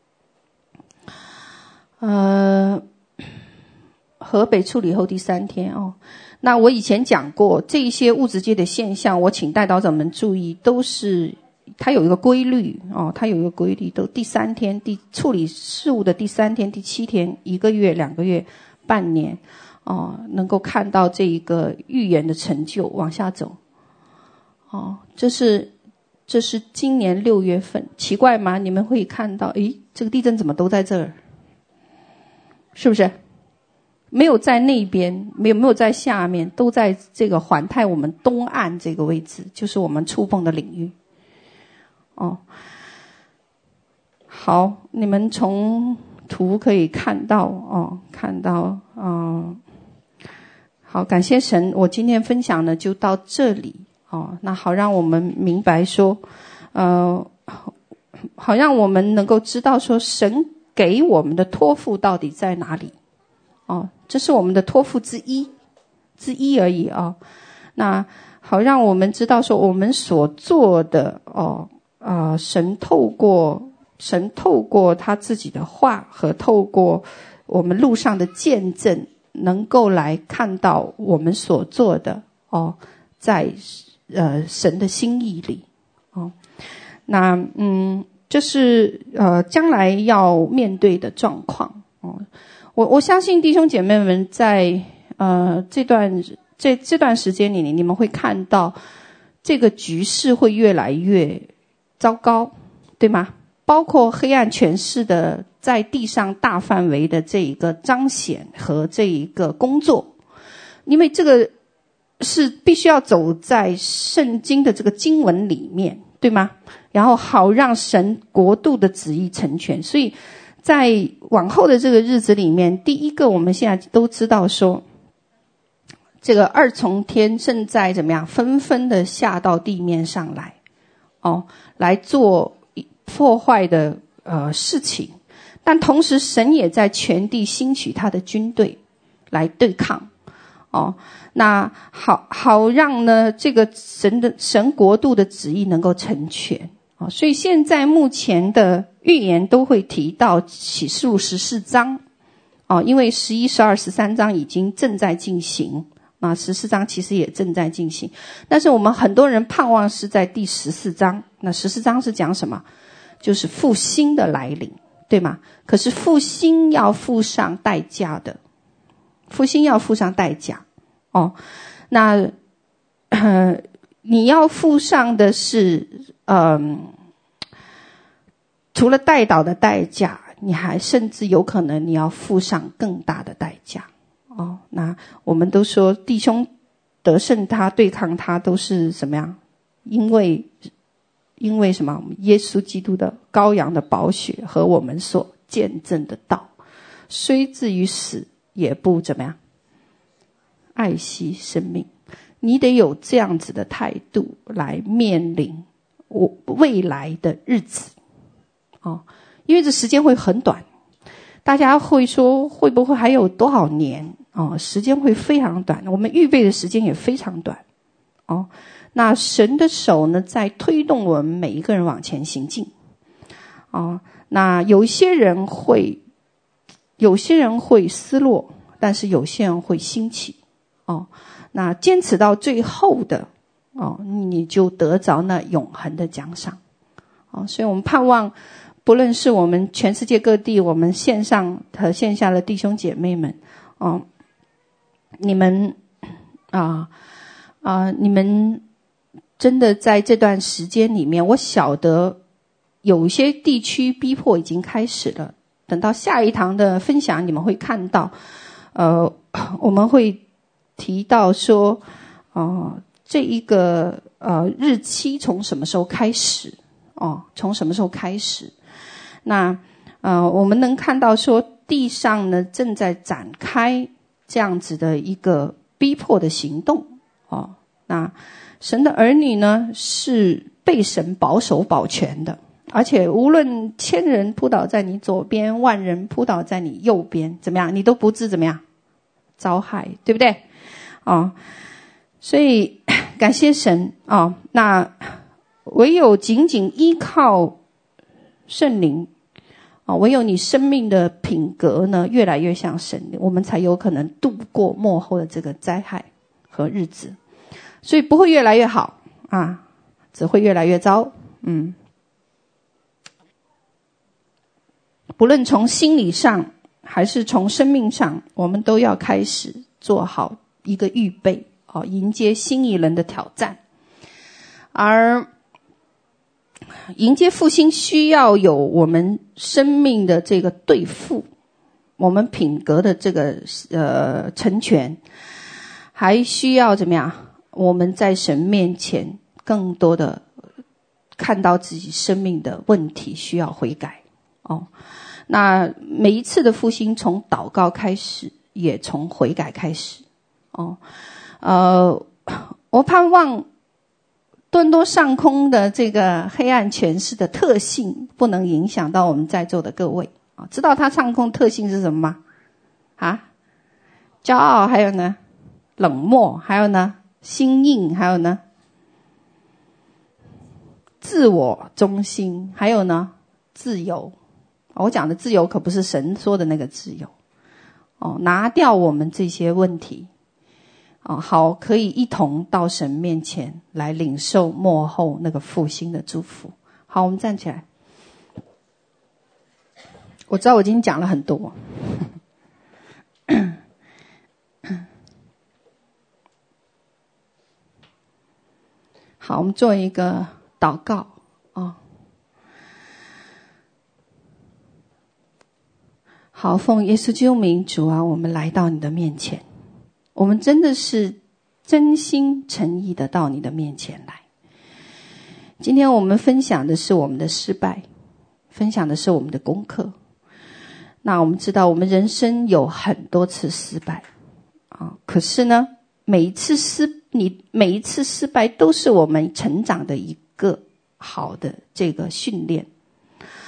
呃。河北处理后第三天哦，那我以前讲过这一些物质界的现象，我请代祷者们注意，都是它有一个规律哦，它有一个规律，都第三天，第处理事物的第三天、第七天，一个月、两个月、半年哦，能够看到这一个预言的成就。往下走哦，这是这是今年六月份，奇怪吗？你们会看到，诶，这个地震怎么都在这儿？是不是？没有在那边，没有没有在下面，都在这个环太我们东岸这个位置，就是我们触碰的领域。哦，好，你们从图可以看到哦，看到，嗯，好，感谢神，我今天分享呢就到这里哦。那好，让我们明白说，呃，好让我们能够知道说，神给我们的托付到底在哪里。哦，这是我们的托付之一，之一而已啊、哦。那好，让我们知道说，我们所做的哦，啊、呃，神透过神透过他自己的话和透过我们路上的见证，能够来看到我们所做的哦，在呃神的心意里哦。那嗯，这是呃将来要面对的状况哦。我我相信弟兄姐妹们在呃这段这这段时间里，你们会看到这个局势会越来越糟糕，对吗？包括黑暗权势的在地上大范围的这一个彰显和这一个工作，因为这个是必须要走在圣经的这个经文里面，对吗？然后好让神国度的旨意成全，所以在往后的这个日子里面，第一个我们现在都知道说，这个二重天正在怎么样纷纷的下到地面上来哦，来做破坏的呃事情。 但同时神也在全地兴起他的军队来对抗哦，那好好让呢这个神的神国度的旨意能够成全哦。所以现在目前的预言都会提到启示录十四章哦，因为十一、十二、十三章已经正在进行啊，十四章其实也正在进行，但是我们很多人盼望是在第十四章。那十四章是讲什么？就是复兴的来临，对吗？可是复兴要付上代价的，复兴要付上代价哦。那呃，你要付上的是，嗯、呃，除了代祷的代价，你还甚至有可能你要付上更大的代价哦。那我们都说弟兄得胜他对抗他都是什么样？因为因为什么？耶稣基督的羔羊的宝血和我们所见证的道，虽至于死也不怎么样爱惜生命。你得有这样子的态度来面临我未来的日子哦，因为这时间会很短。大家会说会不会还有多少年哦？时间会非常短，我们预备的时间也非常短哦。那神的手呢，在推动我们每一个人往前行进哦。那有些人会，有些人会失落，但是有些人会兴起哦。那坚持到最后的哦，你就得着那永恒的奖赏哦。所以我们盼望，不论是我们全世界各地，我们线上和线下的弟兄姐妹们哦，你们啊啊、呃，你们真的在这段时间里面，我晓得有些地区逼迫已经开始了。等到下一堂的分享，你们会看到，呃，我们会提到说，呃，这一个呃日期从什么时候开始？哦，从什么时候开始？那呃，我们能看到说，地上呢正在展开这样子的一个逼迫的行动哦。那神的儿女呢是被神保守保全的，而且无论千人扑倒在你左边，万人扑倒在你右边，怎么样，你都不致怎么样遭害，对不对？哦，所以感谢神哦。那唯有紧紧依靠圣灵哦，唯有你生命的品格呢越来越像神，我们才有可能度过末后的这个灾害和日子。所以不会越来越好啊，只会越来越糟。嗯，不论从心理上还是从生命上，我们都要开始做好一个预备哦，迎接新一轮的挑战。而迎接复兴需要有我们生命的这个对付，我们品格的这个呃成全，还需要怎么样？我们在神面前更多的看到自己生命的问题需要悔改哦。那每一次的复兴从祷告开始，也从悔改开始哦。呃，我盼望顿多上空的这个黑暗权势的特性不能影响到我们在座的各位啊。知道它上空特性是什么吗？啊，骄傲，还有呢，冷漠，还有呢，心硬，还有呢，自我中心，还有呢，自由。我讲的自由可不是神说的那个自由哦，拿掉我们这些问题哦，好，可以一同到神面前来领受末后那个复兴的祝福。好，我们站起来。我知道我已经讲了很多。好，我们做一个祷告哦。好，奉耶稣基督名，主啊，我们来到你的面前，我们真的是真心诚意的到你的面前来。今天我们分享的是我们的失败，分享的是我们的功课。那我们知道我们人生有很多次失败啊，可是呢，每一次失你每一次失败都是我们成长的一个好的这个训练。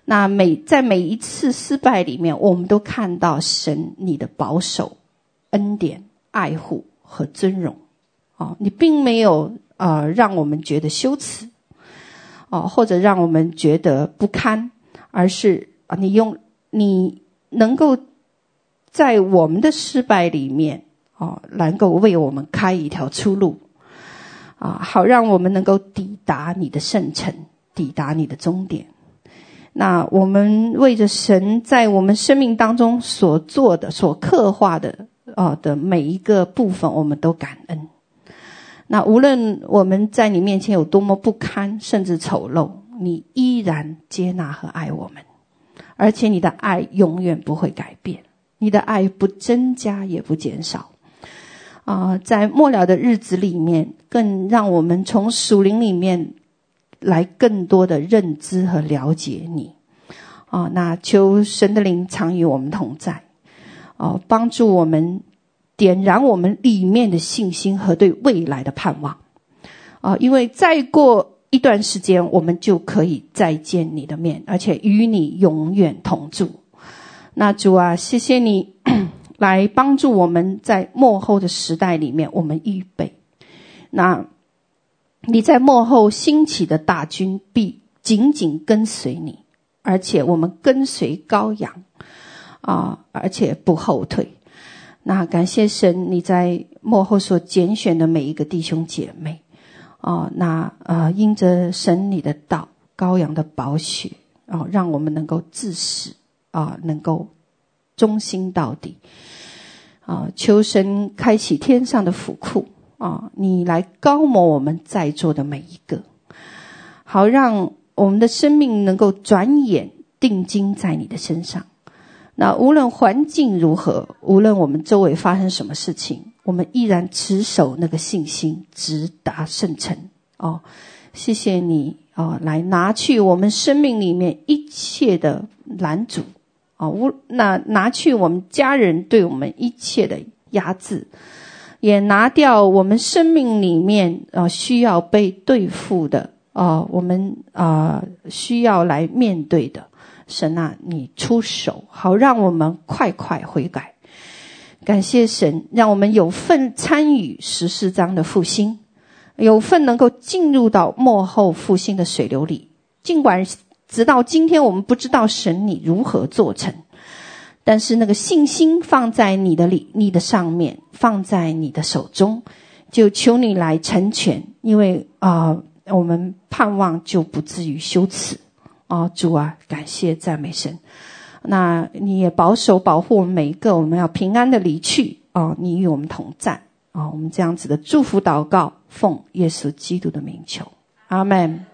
那每在每一次失败里面，我们都看到神你的保守、恩典、爱护和尊荣。哦，你并没有呃让我们觉得羞耻，哦，或者让我们觉得不堪，而是啊，你用你能够在我们的失败里面，哦，能够为我们开一条出路，啊，好让我们能够抵达你的圣城，抵达你的终点。那我们为着神在我们生命当中所做的、所刻画的，哦的每一个部分，我们都感恩。那无论我们在你面前有多么不堪，甚至丑陋，你依然接纳和爱我们，而且你的爱永远不会改变，你的爱不增加也不减少。啊、呃，在末了的日子里面，更让我们从属灵里面来更多的认知和了解你。啊、呃，那求神的灵常与我们同在，哦、呃，帮助我们点燃我们里面的信心和对未来的盼望。啊、呃，因为再过一段时间，我们就可以再见你的面，而且与你永远同住。那主啊，谢谢你来帮助我们在末后的时代里面，我们预备。那你在末后兴起的大军必紧紧跟随你，而且我们跟随羔羊啊、呃，而且不后退。那感谢神，你在末后所拣选的每一个弟兄姐妹啊、呃，那呃，因着神你的道、羔羊的宝血啊、呃，让我们能够至死啊、呃，能够忠心到底啊、呃！求神开启天上的府库啊、呃，你来高摩我们在座的每一个，好让我们的生命能够转眼定睛在你的身上。那无论环境如何，无论我们周围发生什么事情，我们依然持守那个信心，直达圣城。哦，谢谢你哦，来拿去我们生命里面一切的拦阻。哦，那拿去我们家人对我们一切的压制，也拿掉我们生命里面呃需要被对付的，呃我们呃需要来面对的。神啊，你出手，好让我们快快悔改。感谢神，让我们有份参与十四章的复兴，有份能够进入到末后复兴的水流里。尽管直到今天我们不知道神你如何做成，但是那个信心放在你的里，你的上面，放在你的手中，就求你来成全。因为啊、呃，我们盼望就不至于羞耻。哦，主啊，感谢赞美神。那你也保守保护我们每一个，我们要平安的离去。哦，你与我们同在。哦，我们这样子的祝福祷告，奉耶稣基督的名求，阿们。